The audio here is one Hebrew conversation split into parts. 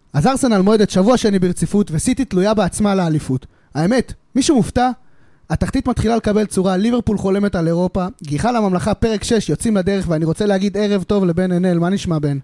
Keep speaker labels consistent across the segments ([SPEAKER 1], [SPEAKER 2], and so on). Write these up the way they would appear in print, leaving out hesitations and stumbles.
[SPEAKER 1] אז ארסנל מועדת שבוע שני ברציפות, וסיטי תלויה בעצמה לאליפות. האמת, מישהו מופתע? התחתית מתחילה לקבל צורה, ליברפול חולמת על אירופה, גיחה לממלכה פרק 6, יוצאים לדרך, ואני רוצה להגיד ערב טוב לבן אנל, מה נשמע בן?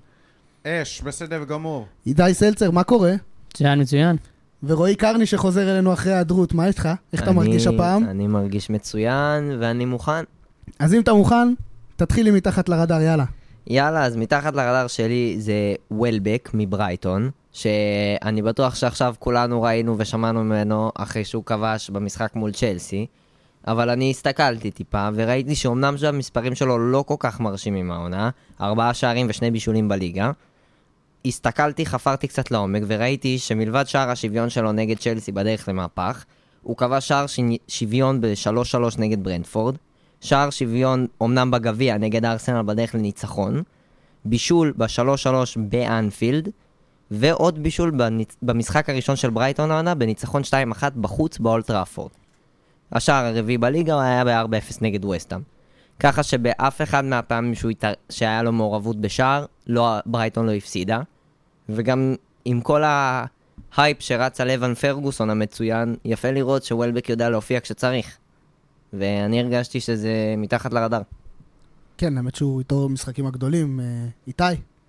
[SPEAKER 2] בסדר גמור.
[SPEAKER 1] ידעי סלצר, מה קורה?
[SPEAKER 3] מצוין.
[SPEAKER 1] ורועי קרני שחוזר אלינו אחרי ההיעדרות, מה יש לך? איך אתה מרגיש הפעם?
[SPEAKER 4] אני מרגיש מצוין ואני מוכן.
[SPEAKER 1] אז אם אתה מוכן, תתחילי מתחת לרדאר, יאללה.
[SPEAKER 4] יאללה, אז מתחת לרדאר שלי זה וולבק מברייטון, שאני בטוח שעכשיו כולנו ראינו ושמענו ממנו אחרי שהוא כבש במשחק מול צ'לסי, אבל אני הסתכלתי טיפה וראיתי שאומנם שהמספרים שלו לא כל כך מרשימים העונה, 4 שערים ו2 בישולים בליגה. הסתכלתי, חפרתי קצת לעומק וראיתי שמלבד שער השוויון שלו נגד צ'לסי בדרך למהפך, הוא כבש שער שוויון ב-3-3 נגד ברנטפורד, שער שוויון אומנם בגביע נגד ארסנל בדרך לניצחון, בישול ב-3-3 באנפילד, ועוד בישול במשחק הראשון של ברייטון העונה בניצחון 2-1 בחוץ באולד טראפורד. השער הרביעי בליגה היה ב-4-0 נגד וסטהאם. ככה שבאף אחד מהפעמים שהיה לו מעורבות בשער, ברייטון לא הפסידה. וגם עם כל ההייפ שרץ על אבן פרגוסון המצוין, יפה לראות שוולבק יודע להופיע כשצריך. ואני הרגשתי שזה מתחת לרדאר.
[SPEAKER 1] כן, האמת שהוא איתו משחקים הגדולים. איתי,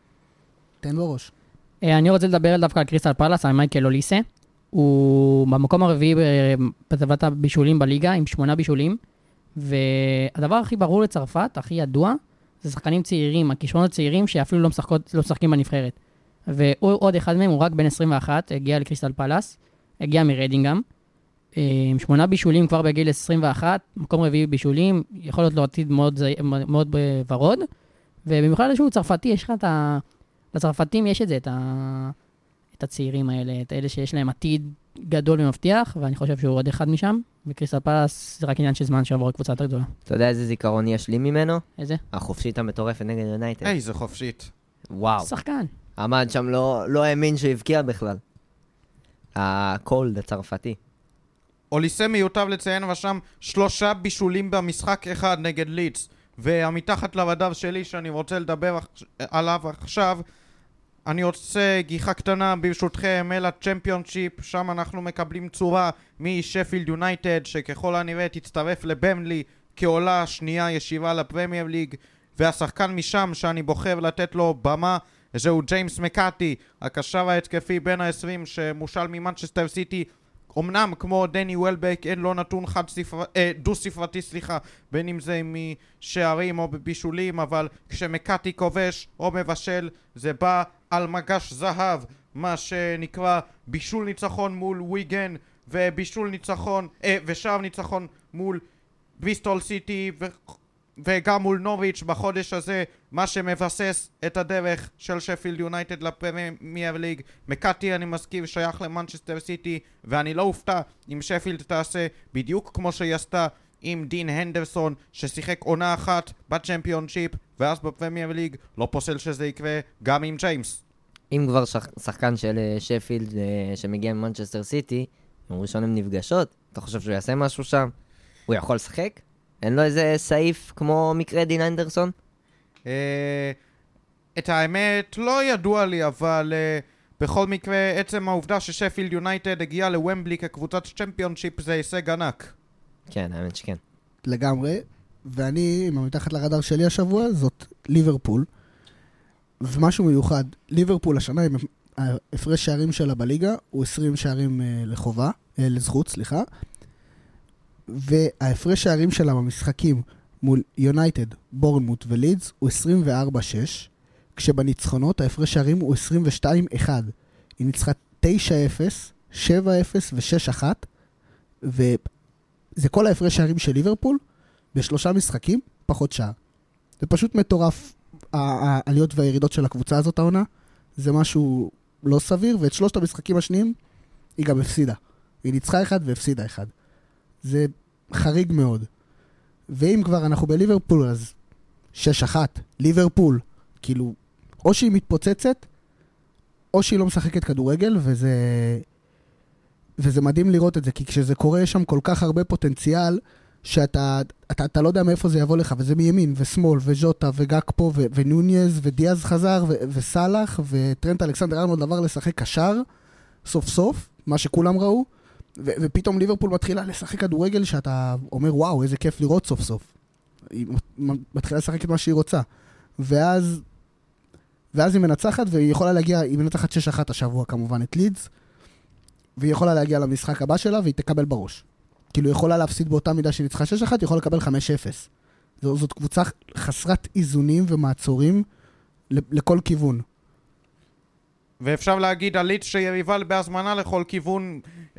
[SPEAKER 1] תן לו ראש.
[SPEAKER 3] אני רוצה לדבר דווקא על קריסטל פלאס, על מייקל אוליסה. הוא במקום הרביעי בטבלת הבישולים בליגה, עם 8 בישולים. והדבר הכי ברור לצרפת, הכי ידוע, זה שחקנים צעירים, הכישרונות הצעירים שאפילו לא משחקים בנבחרת. ועוד אחד מהם, הוא רק בן 21, הגיע לקריסטל פלאס, הגיע מרדינגהאם, עם 8 בישולים כבר בגיל 21, מקום רביעי בישולים, יכול להיות לו עתיד מאוד ורוד, ובמיוחד שהוא צרפתי, יש לך לצרפתים יש את זה, את הצעירים האלה, את אלה שיש להם עתיד גדול ומבטיח, ואני חושב שהוא עוד אחד משם, וקריסטל פלאס זה רק עניין של זמן שעבור קבוצה יותר גדולה.
[SPEAKER 4] אתה יודע איזה זיכרון יש לי ממנו?
[SPEAKER 3] איזה?
[SPEAKER 4] החופשית המטורפת נגד יונייטד.
[SPEAKER 2] איזה חופשית.
[SPEAKER 4] וואו.
[SPEAKER 3] שחקן.
[SPEAKER 4] עמד שם לא האמין שהבקיע בכלל. הקולד הצרפתי.
[SPEAKER 2] אוליסה מיוטב לציין ושם 3 בישולים במשחק אחד נגד לידס. והמתחת לרדאר שלי שאני רוצה לדבר עליו עכשיו, אני רוצה גיחה קטנה ברשותכם אל הצ'מפיונשיפ, שם אנחנו מקבלים צורה משפילד יונייטד שככל הנראה תצטרף לבמלי כעולה שנייה ישיבה לפרמייר ליג, והשחקן משם שאני בוחר לתת לו במה זהו ג'יימס מקאטי, הקשר ההתקפי בין ה-20 שמושל ממנצ'סטר סיטי. אמנם כמו דני וולבק אין לו נתון דו ספרתי בין אם זה משערים או בבישולים, אבל כשמקאטי כובש או מבשל זה בא על מגש זהב, מה שנקרא בישול ניצחון מול וויגן ובישול ניצחון ושער ניצחון מול בריסטול סיטי וגם מול נוריץ' בחודש הזה, מה שמבסס את הדרך של שפילד יונייטד לפרמייר ליג. מקאטי, אני מזכיר, שייך למנצ'סטר סיטי, ואני לא אופתע אם שפילד תעשה בדיוק כמו שהיא עשתה עם דין הנדרסון, ששיחק עונה אחת בצ'מפיונשיפ ואז בפרמייר ליג. לא פוסל שזה יקרה גם עם ג'יימס.
[SPEAKER 4] אם כבר שחקן של שפילד שמגיע ממנצ'סטר סיטי, יום ראשון הם נפגשות, אתה חושב שהוא יעשה משהו שם? הוא יכול לשחק? אין לו איזה סעיף כמו מקרה דין אנדרסון?
[SPEAKER 2] את האמת לא ידוע לי, אבל בכל מקרה עצם העובדה ששפילד יונייטד הגיעה לוומבלי כקבוצת צ'מפיונשיפ זה הישג ענק.
[SPEAKER 4] כן, האמת שכן.
[SPEAKER 1] לגמרי, ואני, עם המתחת לרדאר שלי השבוע, זאת ליברפול. ומשהו מיוחד, ליברפול השנה עם הפרש שערים שלה בליגה, הוא 20 שערים לזכות, וההפרש שערים שלה במשחקים מול יונייטד, בורנמוט ולידס הוא 24-6, כשבניצחונות ההפרש שערים הוא 22-1. היא ניצחה 9-0, 7-0 ו-6-1, וזה כל ההפרש שערים של ליברפול ב3 משחקים, פחות שעה. זה פשוט מטורף, העליות והירידות של הקבוצה הזאת העונה, זה משהו לא סביר, ואת 3 המשחקים השניים היא גם הפסידה. היא ניצחה 1 והפסידה 1. זה חריג מאוד. ואם כבר אנחנו בליברפול, אז 6-1, ליברפול, כאילו, או שהיא מתפוצצת, או שהיא לא משחקת כדורגל, וזה מדהים לראות את זה, כי כשזה קורה יש שם כל כך הרבה פוטנציאל, שאתה לא יודע מאיפה זה יבוא לך, וזה מימין, ושמאל, וז'וטה, וגק פה, ונוניז, ודיאז חזר, וסלח, וטרנט אלכסנדר ארנולד עבר לשחק קשר, סוף סוף, מה שכולם ראו, ופתאום ליברפול מתחילה לשחק כדורגל שאתה אומר, וואו, איזה כיף לראות סוף סוף. היא מתחילה לשחק את מה שהיא רוצה. ואז היא מנצחת, והיא יכולה להגיע, היא מנצחת 6-1 השבוע כמובן את לידס, והיא יכולה להגיע למשחק הבא שלה, והיא תקבל בראש. כאילו, היא יכולה להפסיד באותה מידה שהיא ניצחה 6-1, היא יכולה לקבל 5-0. זאת קבוצה חסרת איזונים ומעצורים לכל כיוון.
[SPEAKER 2] ואפשר להגיד על לידס שיריבה בהזמנה לכל כיוון,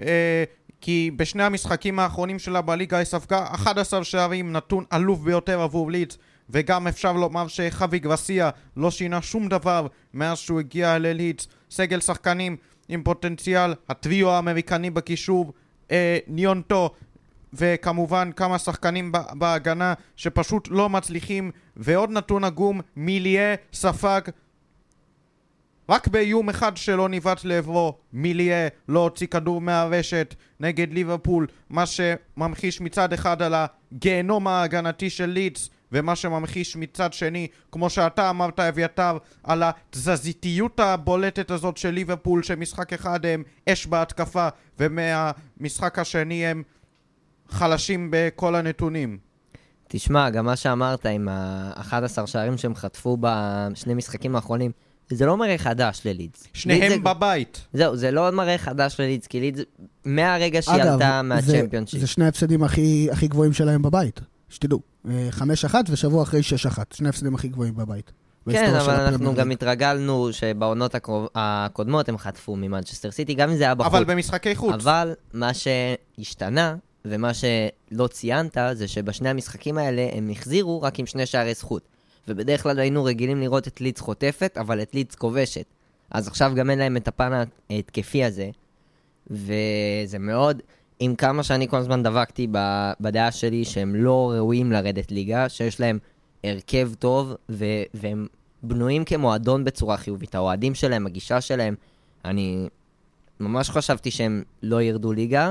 [SPEAKER 2] כי בשני המשחקים האחרונים שלה בליגה היא ספגה 11 שערים, נתון עלוב ביותר עבור לידס, וגם אפשר לומר שחווי גרסיה לא שינה שום דבר מאז שהוא הגיע ללידס. סגל שחקנים עם פוטנציאל, הטריו האמריקני בקישור, ניונטו, וכמובן כמה שחקנים בהגנה שפשוט לא מצליחים. ועוד נתון עגום, מיליה ספג רק באיום אחד שלא ניווט לעברו. מיליה לא הוציא כדור מהרשת נגד ליברפול, מה שממחיש מצד אחד על הגיהנום ההגנתי של לידס, ומה שממחיש מצד שני, כמו שאתה אמרת אביתר, על התזזיתיות הבולטת הזאת של ליברפול, שמשחק אחד הם אש בהתקפה, ומהמשחק השני הם חלשים בכל הנתונים.
[SPEAKER 4] תשמע, גם מה שאמרת עם ה-11 שערים שהם חטפו בשני משחקים האחרונים, זה לא מראה חדש ללידס.
[SPEAKER 2] שניהם בבית.
[SPEAKER 4] זהו, זה לא מראה חדש ללידס, כי לידס מהרגע שהיא עלתה מהצ'מפיונשיפ.
[SPEAKER 1] זה שני ההפסדים הכי גבוהים שלהם בבית, שתדעו. 5-1 ושבוע אחרי 6-1. שני ההפסדים הכי גבוהים בבית.
[SPEAKER 4] כן, אבל אנחנו גם התרגלנו שבעונות הקודמות הם חטפו ממנצ'סטר סיטי, גם אם זה היה בחוץ.
[SPEAKER 2] אבל במשחקי חוץ.
[SPEAKER 4] אבל מה שהשתנה, ומה שלא ציינת, זה שבשני המשחקים האלה הם החזירו רק עם 2 שערי זכות. ובדרך כלל היינו רגילים לראות את לידס חוטפת, אבל את לידס כובשת. אז עכשיו גם אין להם את הפן ההתקפי הזה, וזה מאוד, עם כמה שאני כל הזמן דבקתי בדעה שלי, שהם לא ראויים לרדת ליגה, שיש להם הרכב טוב, והם בנויים כמועדון בצורה חיובית. האוהדים שלהם, הגישה שלהם, אני ממש חשבתי שהם לא ירדו ליגה,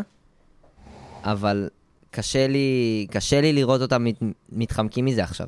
[SPEAKER 4] אבל קשה לי לראות אותם מתחמקים מזה עכשיו.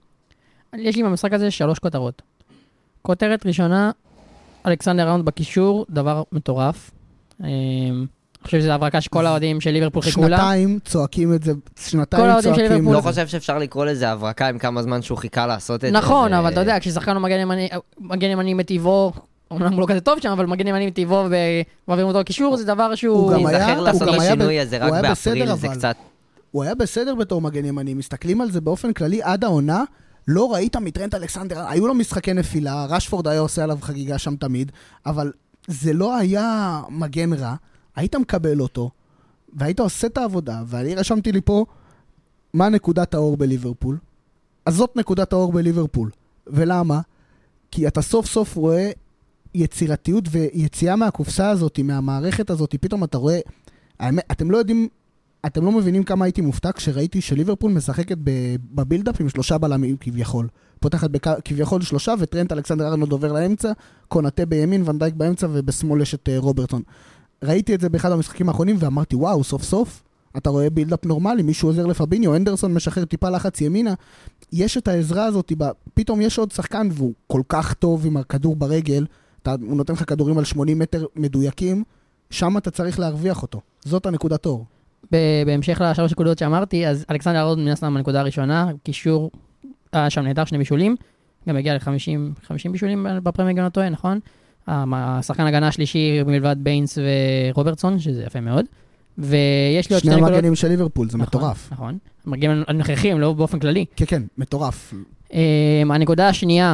[SPEAKER 3] יש לי במשחק הזה 3 כותרות. כותרת ראשונה, אלכסנדר ארנולד בקישור, דבר מטורף. אני חושב שזה הברקה שכל האוהדים של ליברפול חיכו לה.
[SPEAKER 1] שנתיים צועקים את זה, שנתיים צועקים.
[SPEAKER 4] לא חושב שאפשר לקרוא לזה הברקה עם כמה זמן שהוא חיכה לעשות את זה.
[SPEAKER 3] נכון, אבל אתה יודע, כששחקן הוא מגן ימני מטבעו, אומנם הוא לא כזה טוב שם, אבל מגן ימני מטבעו ומעבירים אותו לקישור, זה דבר שהוא...
[SPEAKER 4] להיזכר לעשות השינוי הזה רק באפריל, זה קצת...
[SPEAKER 1] הוא היה בסדר בתור מגן ימני, מסתכלים על זה באופן כללי עד העונה, לא ראית מטרנט אלכסנדר, היו לו משחקי נפילה, רשפורד היה עושה עליו חגיגה שם תמיד, אבל זה לא היה מגן רע, היית מקבל אותו, והיית עושה את העבודה, ואני רשמתי לי פה, מה נקודת האור בליברפול? אז זאת נקודת האור בליברפול. ולמה? כי אתה סוף סוף רואה יצירתיות ויציאה מהקופסה הזאת, מהמערכת הזאת, פתאום אתה רואה, אתם לא יודעים, אתם לא מבינים כמה הייתי מופתע כשראיתי שליברפול משחקת בבילדאפ עם 3 בלמים כביכול. פותחת כביכול 3 וטרנט אלכסנדר ארנולד עובר לאמצע, קונאטה בימין, ון דייק באמצע ובשמאל יש את רוברטסון. ראיתי את זה באחד המשחקים האחרונים ואמרתי וואו, סוף סוף אתה רואה בילדאפ נורמלי, מישהו עוזר לפביניו, אנדרסון משחרר טיפה לחץ ימינה, יש את העזרה הזאת, פתאום יש עוד שחקן והוא כל כך טוב עם הכדור ברגל, הוא נותן לך כדורים על 80 מטר מדויקים, שם אתה צריך להרוויח אותו. זאת הנקודת אור.
[SPEAKER 3] בהמשך ל3 נקודות שאמרתי, אז אלכסנדר ארנולד מנסה בנקודה הראשונה, קישור, שם נהדר 2 בישולים, גם הגיע ל-50 בישולים בפרמייר ליג, לא טועה, נכון? השחקן הגנה השלישי מלבד ביינס ורוברטסון, שזה יפה מאוד. ויש לי עוד 2 נקודות.
[SPEAKER 1] 2 מגנים של ליברפול, זה מטורף.
[SPEAKER 3] נכון, מגנים הנוכחים, לא באופן כללי.
[SPEAKER 1] כן, כן, מטורף.
[SPEAKER 3] הנקודה השנייה,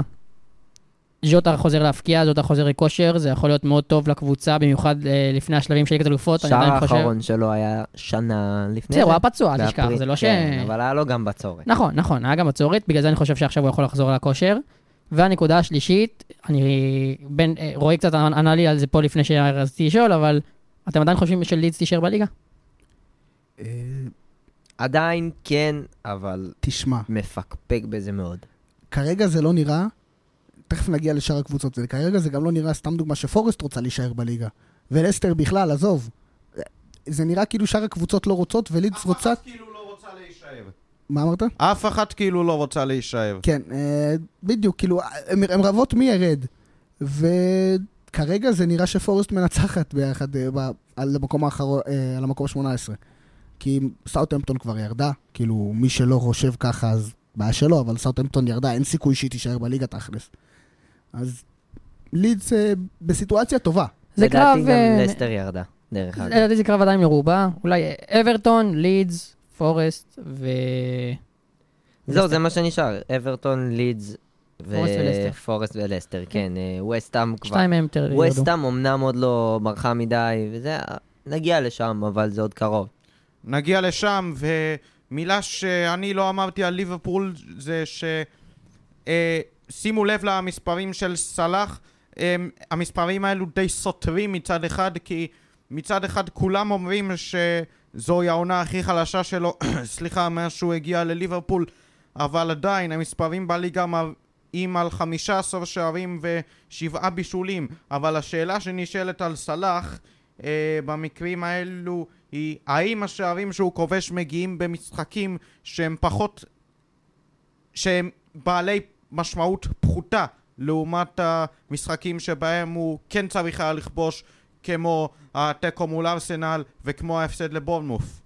[SPEAKER 3] ז'וטה חוזר להפקיע, ז'וטה חוזר לכושר, זה יכול להיות מאוד טוב לקבוצה, במיוחד לפני השלבים של ליגת האלופות.
[SPEAKER 4] שער האחרון שלו היה שנה לפני.
[SPEAKER 3] הוא היה פצוע, אל תשכח, זה לא ש...
[SPEAKER 4] כן, אבל היה לו גם בצורת.
[SPEAKER 3] נכון, היה גם בצורת, בגלל זה אני חושב שעכשיו הוא יכול לחזור לכושר. והנקודה השלישית, רועי קצת ענה לי על זה פה לפני שרציתי לשאול, אבל אתם עדיין חושבים שלידס תישאר בליגה?
[SPEAKER 4] עדיין כן, אבל
[SPEAKER 1] תשמע,
[SPEAKER 4] מפקפק בזה מאוד.
[SPEAKER 1] כרגע זה לא נראה, תכף נגיע לשאר הקבוצות, וכרגע זה גם לא נראה, סתם דוגמה שפורסט רוצה להישאר בליגה. ולסטר בכלל, עזוב. זה נראה כאילו שאר הקבוצות לא רוצות, ולידס רוצה...
[SPEAKER 2] כאילו לא רוצה להישאר.
[SPEAKER 1] מה אמרת?
[SPEAKER 2] אף אחת כאילו לא רוצה להישאב.
[SPEAKER 1] כן, בדיוק, כאילו, הם רבות מי ירד. וכרגע זה נראה שפורסט מנצחת ביחד על המקום האחרון, על המקום ה-18. כי סאוטהמפטון כבר ירדה, כאילו, מי שלא חושב ככה, אז בעיה שלו, אבל סאוטהמפטון ירדה, אין סיכוי שהיא תישאר בליגה תכלס. אז לידס בסיטואציה טובה.
[SPEAKER 3] זה קרב...
[SPEAKER 4] לדעתי גם לסטר ירדה, דרך אגב.
[SPEAKER 3] לדעתי זה קרב עדיין מרובה. אולי אברטון, לידס, פורסט
[SPEAKER 4] זהו, זה מה שנשאר. אברטון, לידס
[SPEAKER 3] ולסטר.
[SPEAKER 4] ופורסט ולסטר, כן. ווסטהאם כבר...
[SPEAKER 3] שתיים מהם יותר ירדו.
[SPEAKER 4] ווסטהאם אמנם עוד לא ברחה מדי, וזה... נגיע לשם, אבל זה עוד קרוב.
[SPEAKER 2] נגיע לשם, ומילה שאני לא אמרתי על ליברפול זה שימו לב למספרים של סלאח. המספרים האלו די סותרים מצד אחד, כי מצד אחד כולם אומרים שזוהי העונה הכי חלשה שלו, סליחה, מאז שהוא הגיע לליברפול, אבל עדיין המספרים בליגה מראים על 15 שערים ו7 בישולים, אבל השאלה שנשאלת על סלאח במקרים האלו היא האם השערים שהוא כובש מגיעים במשחקים שהם פחות, שהם בעלי משמעות פחותה לעומת המשחקים שבהם הוא כן צריך היה לכבוש, כמו הטקו מול ארסנל וכמו ההפסד לבורנמוף.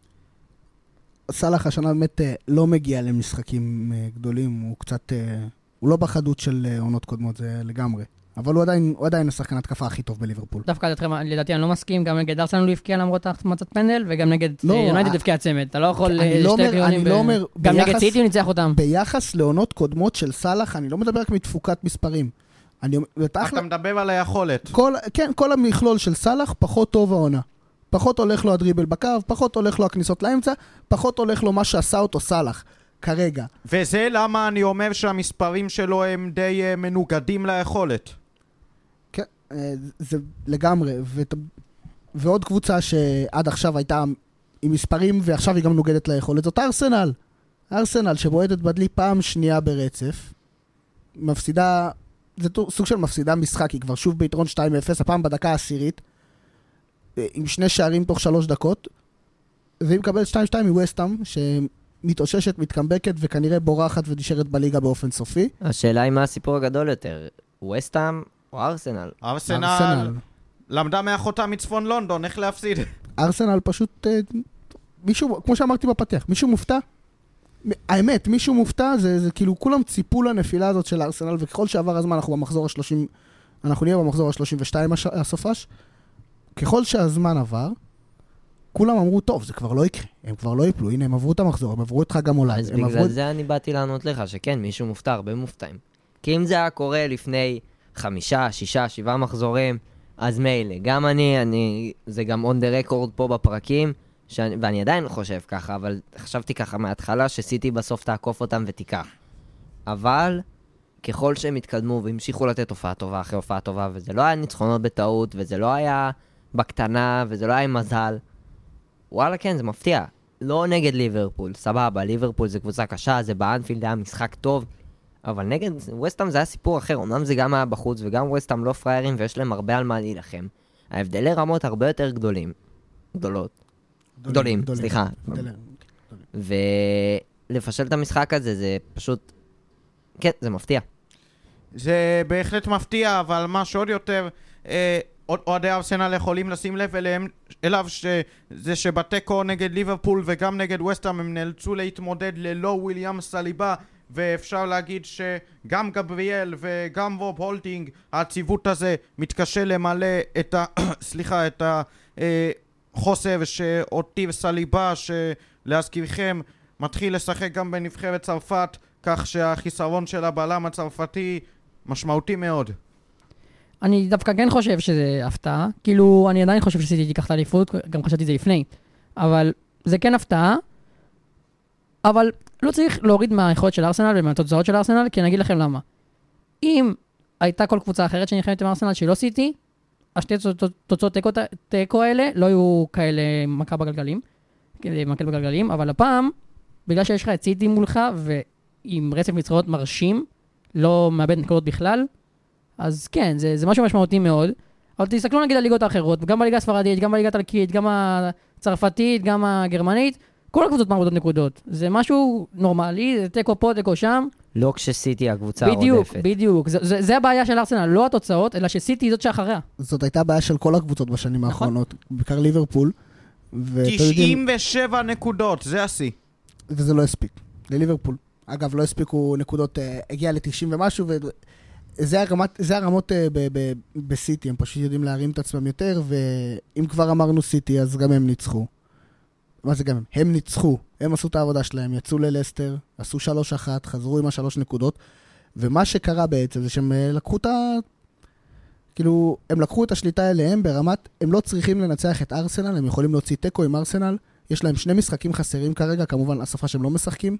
[SPEAKER 1] סלאח השנה באמת לא מגיע למשחקים גדולים, הוא קצת, הוא לא בחדות של עונות קודמות, זה לגמרי. אבל הוא עדיין השחקן התקפה הכי טוב בליברפול.
[SPEAKER 3] דווקא לדעתי אני לא מסכים, גם נגד ארסנל הוא הבקיע למרות החמצת פנדל, וגם נגד יונייטד הבקיע צמד. אתה לא יכול שתי גאונים, גם נגד סיטי הוא ניצח אותם.
[SPEAKER 1] ביחס לעונות קודמות של סלאח, אני לא מדבר רק מתפוקת מספרים.
[SPEAKER 2] אתה מדבר על היכולת.
[SPEAKER 1] כן, כל המכלול של סלאח פחות טוב העונה. פחות הולך לו הדריבל בקו, פחות הולך לו הכניסות לאמצע, פחות הולך לו מה שעשה אותו סלאח. כרגע.
[SPEAKER 2] וזה למה אני אומר שהמספרים שלו הם די מנוגדים ליכולת.
[SPEAKER 1] כן, זה לגמרי. ועוד קבוצה שעד עכשיו הייתה עם מספרים ועכשיו היא גם נוגדת ליכולת, זאת ארסנל. ארסנל שבועטת בדלי פעם שנייה ברצף. מפסידה, זה סוג של מפסידה משחק, היא כבר שוב ביתרון 2-0, הפעם בדקה העשירית, עם 2 שערים תוך 3 דקות, והיא מקבלת 2-2 מווסטהאם, מתאוששת, מתקמבקת וכנראה בורחת ונשארת בליגה באופן סופי.
[SPEAKER 4] השאלה היא מה הסיפור הגדול יותר, ווסטהאם או ארסנל?
[SPEAKER 2] ארסנל למדה מאחותה מצפון לונדון, איך להפסיד?
[SPEAKER 1] ארסנל פשוט, מישהו, כמו שאמרתי בפתח, מישהו מופתע? האמת, מישהו מופתע, זה כאילו כולם ציפו לנפילה הזאת של ארסנל, וככל שעבר הזמן אנחנו נהיה במחזור ה-32 הסופש, ככל שהזמן עבר, כולם אמרו, טוב, זה כבר לא יקרה, הם כבר לא יפלו, הנה, הם עברו את המחזור, הם עברו את חג המולד.
[SPEAKER 4] אז בגלל זה אני באתי לענות לך, שכן, מישהו מופתע, הרבה מופתעים. כי אם זה היה קורה לפני 5, 6, 7 מחזורים, אז מילא. גם אני, זה גם on the record פה בפרקים, ואני עדיין חושב ככה, אבל חשבתי ככה מההתחלה, שסיטי בסוף תעקוף אותם ותיקח. אבל, ככל שהם התקדמו והמשיכו לתת הופעה טובה אחרי הופעה טובה, וזה לא היה ניצחונות בטעות, וזה לא היה בקטנה, וזה לא היה עם מזל, וואלה כן, זה מפתיע. לא נגד ליברפול, סבבה, ליברפול זה קבוצה קשה, זה באנפילד היה משחק טוב, אבל נגד ווסטהאם זה היה סיפור אחר, אומנם זה גם היה בחוץ, וגם ווסטהאם לא פריירים, ויש להם הרבה על מה להילחם. ההבדלי רמות הרבה יותר גדולים. גדולים, סליחה. ולפשל את המשחק הזה, זה פשוט... כן, זה מפתיע.
[SPEAKER 2] זה בהחלט מפתיע, אבל מה שעוד יותר... אוהדי ארסנל יכולים לשים לב אליו שזה שבטקו נגד ליברפול וגם נגד ווסטהאם הם נאלצו להתמודד ללא וויליאם סליבה, ואפשר להגיד שגם גבריאל וגם רוב הולדינג, הציוות הזה מתקשה למלא את את החוסר שאותי וסליבה, שלהזכירכם מתחיל לשחק גם בנבחרת צרפת, כך שהחיסרון של הבלם הצרפתי משמעותי מאוד.
[SPEAKER 3] אני דווקא כן חושב שזה הפתעה, כאילו אני עדיין חושב שסיטי תיקח את האליפות, גם חשבתי זה לפני, אבל זה כן הפתעה, אבל לא צריך להוריד מהיכולת של ארסנל ומהתוצאות של ארסנל, כי אני אגיד לכם למה. אם הייתה כל קבוצה אחרת שנלחמת עם ארסנל שהיא לא סיטי, השתי תוצאות תיקו האלה לא היו כאלה מקל בגלגלים, אבל הפעם, בגלל שיש לך את סיטי מולך, ועם רצף ניצחונות מרשים, לא מאבד נקודות בכלל, אז כן, זה משהו משמעותי מאוד. אבל תסתכלו נגיד על ליגות האחרות, גם בליגה הספרדית, גם בליגה הטורקית, גם הצרפתית, גם הגרמנית, כל הקבוצות מעמדות נקודות. זה משהו נורמלי, זה תיקו פה, תיקו שם.
[SPEAKER 4] לא כשסיטי הקבוצה הרודפת.
[SPEAKER 3] בדיוק. זה הבעיה של ארסנל, לא התוצאות, אלא שסיטי היא זאת שאחריה.
[SPEAKER 1] זאת הייתה בעיה של כל הקבוצות בשנים האחרונות, בעיקר ליברפול.
[SPEAKER 2] 97 נקודות, זה השיא.
[SPEAKER 1] וזה לא הספיק, לליברפול. לא הספיקו נקודות, הגיע ל-90 ומשהו, זה הרמות בסיטי, הם פשוט יודעים להרים את עצמם יותר, ואם כבר אמרנו סיטי, אז גם הם ניצחו. מה זה גם הם? הם ניצחו, הם עשו את העבודה שלהם, יצאו ללסטר, עשו 3-1, חזרו עם 3 נקודות, ומה שקרה בעצם זה שהם לקחו הם לקחו את השליטה אליהם ברמת, הם לא צריכים לנצח את ארסנל, הם יכולים להוציא טקו עם ארסנל, יש להם 2 משחקים חסרים כרגע, כמובן השפה שהם לא משחקים,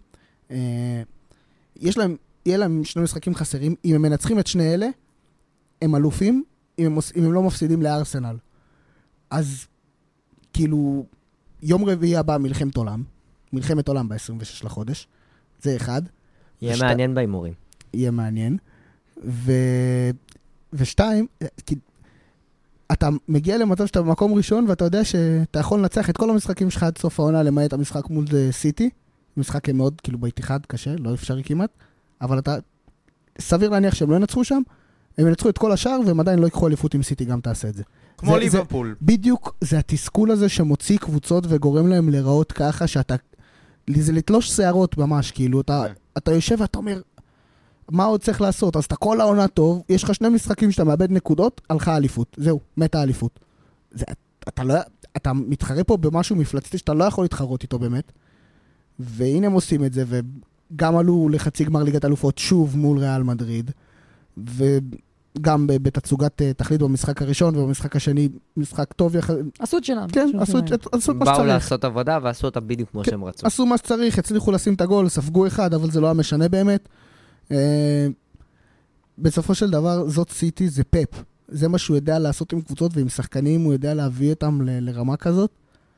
[SPEAKER 1] יהיה להם 2 משחקים חסרים, אם הם מנצחים את שני אלה, הם אלופים, אם הם לא מפסידים לארסנל. אז כאילו, יום רביעי הבא מלחמת עולם ב-26 לחודש, זה אחד.
[SPEAKER 4] יהיה מעניין בהימורים.
[SPEAKER 1] יהיה מעניין. ושתיים, אתה מגיע למצב שאתה במקום ראשון, ואתה יודע שאתה יכול לנצח את כל המשחקים שלך עד סוף העונה, למעט המשחק מול סיטי. משחק מאוד, כאילו באיתיחד קשה, לא אפשרי כמעט, אבל אתה סביר להניח שהם לא ינצחו שם, הם ינצחו את כל השאר, והם עדיין לא יקחו אליפות עם סיטי, גם תעשה את זה.
[SPEAKER 2] כמו ליברפול.
[SPEAKER 1] בדיוק, זה התסכול הזה שמוציא קבוצות וגורם להם לראות ככה, זה לתלוש שערות ממש, כאילו, אתה יושב ואתה אומר, מה עוד צריך לעשות? אז אתה כל העונה טוב, יש לך 2 משחקים שאתה מאבד נקודות, הלכה אליפות. זהו, מתה אליפות. אתה מתחרה פה במשהו מפלצתי שאתה לא יכול להתחרות איתו באמת, והנה הם עושים את זה, וגם עלו לחצי גמר ליגת אלופות שוב מול ריאל מדריד, וגם בתצוגת תכלית במשחק הראשון, ובמשחק השני משחק טוב
[SPEAKER 3] עשו את שלהם.
[SPEAKER 1] כן, עשו מה שצריך.
[SPEAKER 4] באו לעשות עבודה ועשו אותה בדיוק כמו שהם רצו.
[SPEAKER 1] עשו מה שצריך, הצליחו לשים את הגול, ספגו אחד, אבל זה לא היה משנה באמת. בסופו של דבר, זאת סיטי, זה פאפ. זה מה שהוא יודע לעשות עם קבוצות ועם שחקנים, הוא יודע להביא אותם לרמה כזאת.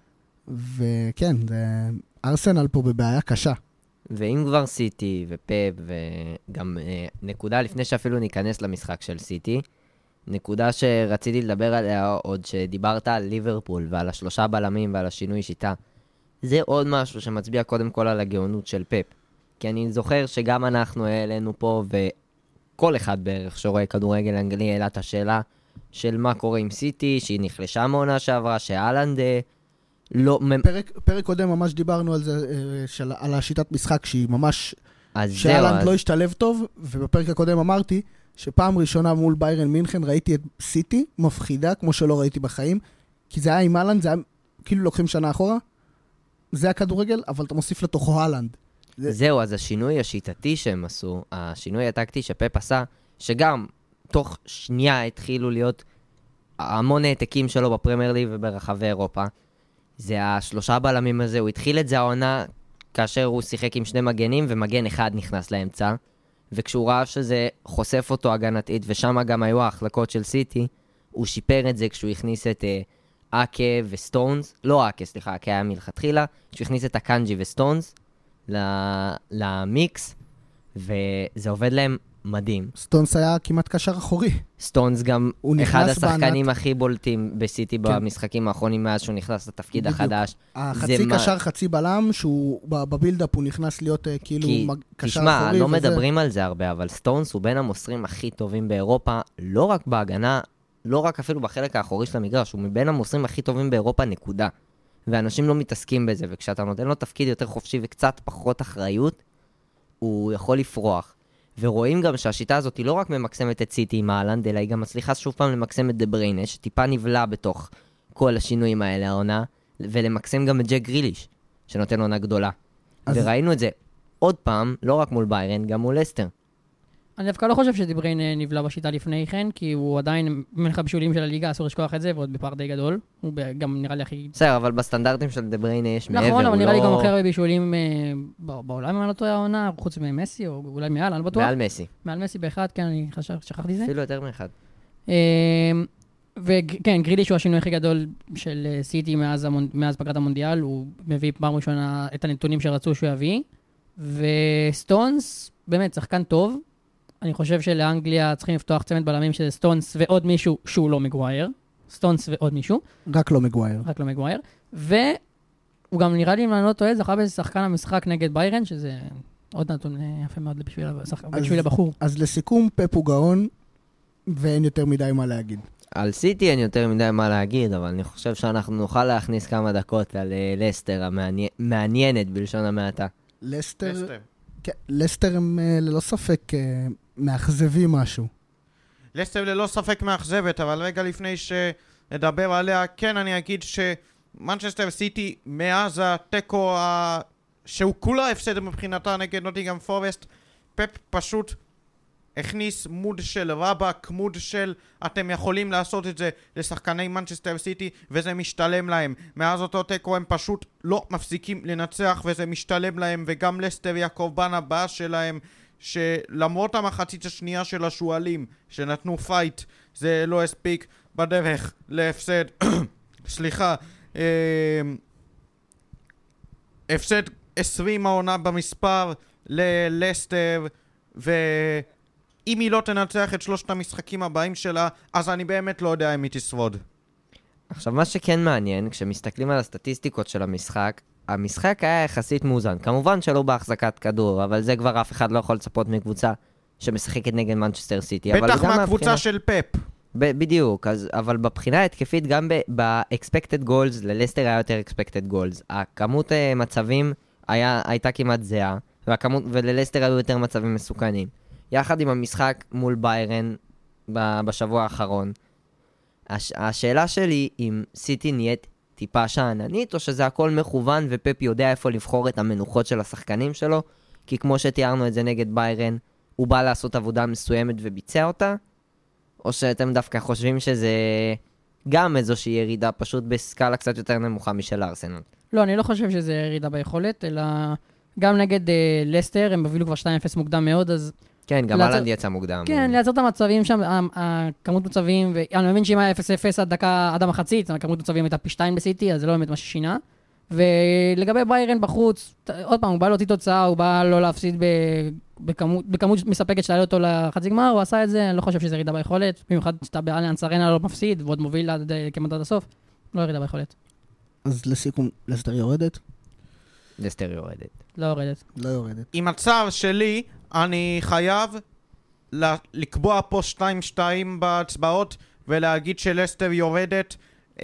[SPEAKER 1] וכן, ארסנל פה בבעיה קשה.
[SPEAKER 4] ואם כבר סיטי ופאפ, וגם נקודה לפני שאפילו ניכנס למשחק של סיטי, נקודה שרציתי לדבר עליה עוד שדיברת על ליברפול ועל 3 בלמים ועל השינוי שיטה, זה עוד משהו שמצביע קודם כל על הגאונות של פאפ. כי אני זוכר שגם אנחנו העלינו פה, וכל אחד בערך שרואה כדורגל אנגלי העלה את השאלה של מה קורה עם סיטי, שהיא נחלשה מעונה שעברה, שהאלנד לא...
[SPEAKER 1] פרק קודם ממש דיברנו על זה, על השיטת משחק שהיא ממש...
[SPEAKER 4] שהאלנד
[SPEAKER 1] לא השתלב טוב, ובפרק הקודם אמרתי שפעם ראשונה מול ביירן מינכן ראיתי את סיטי מפחידה כמו שלא ראיתי בחיים, כי זה היה עם האלנד, זה היה כאילו לוקחים שנה אחורה, זה הכדורגל, אבל אתה מוסיף לתוכו האלנד.
[SPEAKER 4] זהו, אז השינוי השיטתי שהם עשו, השינוי הטקטי שפאפ עשה, שגם תוך שנייה התחילו להיות המון העתקים שלו בפרמייר ליג וברחבי אירופה, זה 3 בלמים הזה, הוא התחיל את זה העונה כאשר הוא שיחק עם 2 מגנים ומגן אחד נכנס לאמצע, וכשהוא ראה שזה חושף אותו הגנתית, ושם גם היו ההחלקות של סיטי, הוא שיפר את זה כשהוא הכניס את אקה וסטונס, לא אקה, סליחה, אקה היה מלכתחילה, כשהוא הכניס את הקנג'י וסטונס למיקס, וזה עובד להם מדהים.
[SPEAKER 1] סטונס היה כמעט קשר אחורי.
[SPEAKER 4] סטונס גם אחד השחקנים הכי בולטים בסיטי במשחקים האחרונים מאז שהוא נכנס לתפקיד החדש.
[SPEAKER 1] החצי קשר, חצי בלם, שהוא בבילדאפ הוא נכנס להיות כאילו קשר אחורי.
[SPEAKER 4] תשמע, לא מדברים על זה הרבה, אבל סטונס הוא בין המוסרים הכי טובים באירופה, לא רק בהגנה, לא רק אפילו בחלק האחורי של המגרש, הוא מבין המוסרים הכי טובים באירופה, נקודה. ואנשים לא מתעסקים בזה, וכשאתה נותן לו תפקיד יותר חופשי וקצת פחות אחריות, הוא יכול לפרוח. ורואים גם שהשיטה הזאת היא לא רק ממקסמת את סיטי עם האלנד, אלא היא גם מצליחה שוב פעם למקסם את דה בריינה, שטיפה נבלה בתוך כל השינויים האלה העונה, ולמקסם גם את ג'ק גריליש, שנותן עונה גדולה. וראינו את זה עוד פעם, לא רק מול ביירן, גם מול לסטר.
[SPEAKER 3] אני דווקא לא חושב שדה בריינה נבלה בשיטה לפני כן, כי הוא עדיין מלך הבישולים של הליגה, אסור לשכוח את זה, ועוד בפער די גדול. הוא גם נראה לי הכי...
[SPEAKER 4] בסדר, אבל בסטנדרטים של דה בריינה יש מעבר,
[SPEAKER 3] נכון, אבל נראה לי גם הכי הרבה בישולים בעולם, אם אני לא טועה העונה, חוץ ממסי, או אולי מעל, אני לא בטוח.
[SPEAKER 4] מעל מסי.
[SPEAKER 3] מעל מסי באחד, כן, אני שכחתי זה.
[SPEAKER 4] אפילו יותר מאחד.
[SPEAKER 3] וכן, גריליש הוא השינוי הכי גדול של סיטי מאז פגרת המונדיאל, הוא מביא פעם ראשונה את הנתונים שרצו שהוא יביא, וסטונס, באמת, שחקן טוב. אני חושב שלאנגליה צריכים לפתוח צמד בלמים שזה סטונס ועוד מישהו שהוא לא מגווייר. סטונס ועוד מישהו.
[SPEAKER 1] רק לא מגווייר.
[SPEAKER 3] רק לא מגווייר. הוא גם נראה לי, אם אני לא טועה, זכה בשחקן המשחק נגד ביירן, שזה עוד נתון יפה מאוד בשביל הבחור.
[SPEAKER 1] אז לסיכום, פפ הוא גאון, ואין יותר מדי מה להגיד.
[SPEAKER 4] על סיטי אין יותר מדי מה להגיד, אבל אני חושב שאנחנו נוכל להכניס כמה דקות על לסטר המעניינת בלשון המעטה.
[SPEAKER 1] לסטר הם ללא ספק מאכזבים משהו.
[SPEAKER 2] לסטר ללא ספק מאכזבת, אבל רגע לפני שנדבר עליה, כן אני אגיד שמנצ'סטר סיטי מאז הטקו שהוא כולה הפסד מבחינתה נגד נוטינגהאם פורסט, פפ פשוט הכניס מוד של רבק, מוד של אתם יכולים לעשות את זה לשחקני מנצ'סטר סיטי וזה משתלם להם. מאז אותו טקו הם פשוט לא מפסיקים לנצח וזה משתלם להם, וגם לסטר היא הקורבן הבא שלהם, שלמרות המחצית השנייה של השואלים שנתנו פייט זה לא הספיק בדרך להפסד סליחה הפסד 20 העונה במספר ללסטר, ואם היא לא תנצח את 3 המשחקים הבאים שלה אז אני באמת לא יודע אם היא תשרוד.
[SPEAKER 4] עכשיו מה שכן מעניין, כשמסתכלים על הסטטיסטיקות של המשחק, המשחק היה יחסית מאוזן. כמובן שלא בהחזקת כדור, אבל זה כבר אף אחד לא יכול לצפות מקבוצה שמשחקת נגד מנצ'סטר סיטי.
[SPEAKER 2] בטח מהקבוצה של פפ.
[SPEAKER 4] בדיוק, אבל בבחינה ההתקפית, גם ב-expected goals, ללסטר היה יותר expected goals. הכמות מצבים הייתה כמעט זהה, וללסטר היו יותר מצבים מסוכנים. יחד עם המשחק מול ביירן בשבוע האחרון, השאלה שלי אם סיטי נהיית טיפה שעננית, או שזה הכל מכוון ופפ יודע איפה לבחור את המנוחות של השחקנים שלו, כי כמו שתיארנו את זה נגד ביירן, הוא בא לעשות עבודה מסוימת וביצע אותה, או שאתם דווקא חושבים שזה גם איזושהי ירידה פשוט בסקאלה קצת יותר נמוכה משל ארסנל?
[SPEAKER 3] לא, אני לא חושב שזה ירידה ביכולת, אלא גם נגד לסטר, הם הובילו כבר 2-0 מוקדם מאוד, אז...
[SPEAKER 4] כן, גם הלנד יצא מוקדם.
[SPEAKER 3] כן, לייצר את המצבים שם, הכמות מצבים, ואני מבין שאם היה 0-0 עד המחצית, הכמות מצבים הייתה פי 2 בסיטי, אז זה לא באמת מה ששינה. ולגבי ביירן בחוץ, עוד פעם, הוא בא להוציא תוצאה, הוא בא לא להפסיד בכמות מספקת שתעלה אותו לחצי גמר, הוא עשה את זה, אני לא חושב שזה ירידה ביכולת, במיוחד שאתה באליאנס ארנה לא מפסיד, ועוד מוביל כמעט עד הסוף, לא ירידה ביכולת.
[SPEAKER 1] אז לסיכום, לסטר יורדת?
[SPEAKER 4] לסטר יורדת.
[SPEAKER 3] לא יורדת.
[SPEAKER 1] לא יורדת.
[SPEAKER 2] עם הצער שלי, אני חייב לקבוע פה 2-2 בהצבעות, ולהגיד שלסטר יורדת.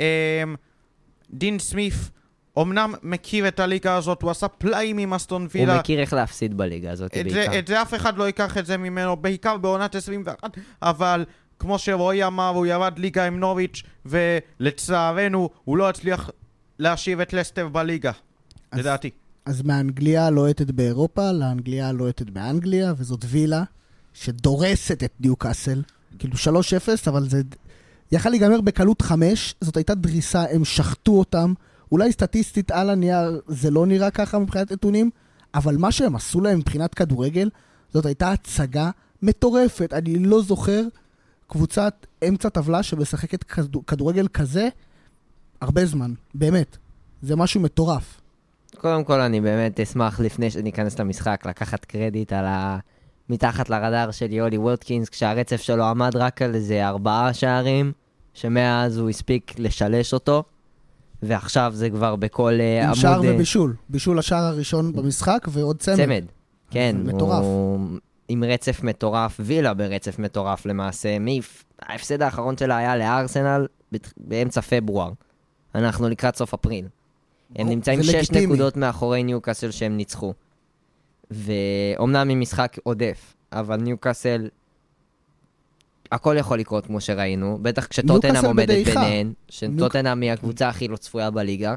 [SPEAKER 2] דין סמיף אמנם מכיר את הליגה הזאת, הוא עשה פלאים עם אסטון וילה.
[SPEAKER 4] הוא מכיר איך להפסיד בליגה הזאת בעיקר.
[SPEAKER 2] את זה אף אחד לא ייקח את זה ממנו, בעיקר בעונת 21, אבל כמו שרועי אמר, הוא ירד ליגה עם נוריץ' ולצערנו הוא לא הצליח להשיב את לסטר בליגה, לדעתי.
[SPEAKER 1] אז מאנגליה הלוהטת באירופה, לאנגליה הלוהטת באנגליה, וזאת וילה שדורסת את ניוקאסל. כאילו 3-0, אבל זה יכל להיגמר בקלות 5, זאת הייתה דריסה, הם שחטו אותם. אולי סטטיסטית על הנייר זה לא נראה ככה מבחינת נתונים, אבל מה שהם עשו להם מבחינת כדורגל, זאת הייתה הצגה מטורפת. אני לא זוכר קבוצת אמצע טבלה שמשחקת כדורגל כזה הרבה זמן, באמת. זה משהו מטורף.
[SPEAKER 4] קודם כל אני באמת אשמח לפני שניכנס למשחק לקחת קרדיט על מתחת לרדאר של יולי ווטקינס, כשהרצף שלו עמד רק על איזה 4 שערים, שמאז הוא הספיק לשלש אותו, ועכשיו זה כבר בכל עמוד... עם
[SPEAKER 1] שער ובישול. בישול השער הראשון במשחק ועוד צמד.
[SPEAKER 4] צמד, כן.
[SPEAKER 1] מטורף.
[SPEAKER 4] עם רצף מטורף, וילה ברצף מטורף למעשה. ההפסד האחרון שלה היה לארסנל באמצע פברואר. אנחנו לקראת סוף אפריל. הם נמצאים 6 נקודות מאחורי ניוקאסל שהם ניצחו. ואומנם עם משחק עודף, אבל ניוקאסל, הכל יכול לקרות כמו שראינו, בטח כשטוטנהאם עומדת ביניהן, שטוטנהאם היא הקבוצה הכי לא צפויה בליגה,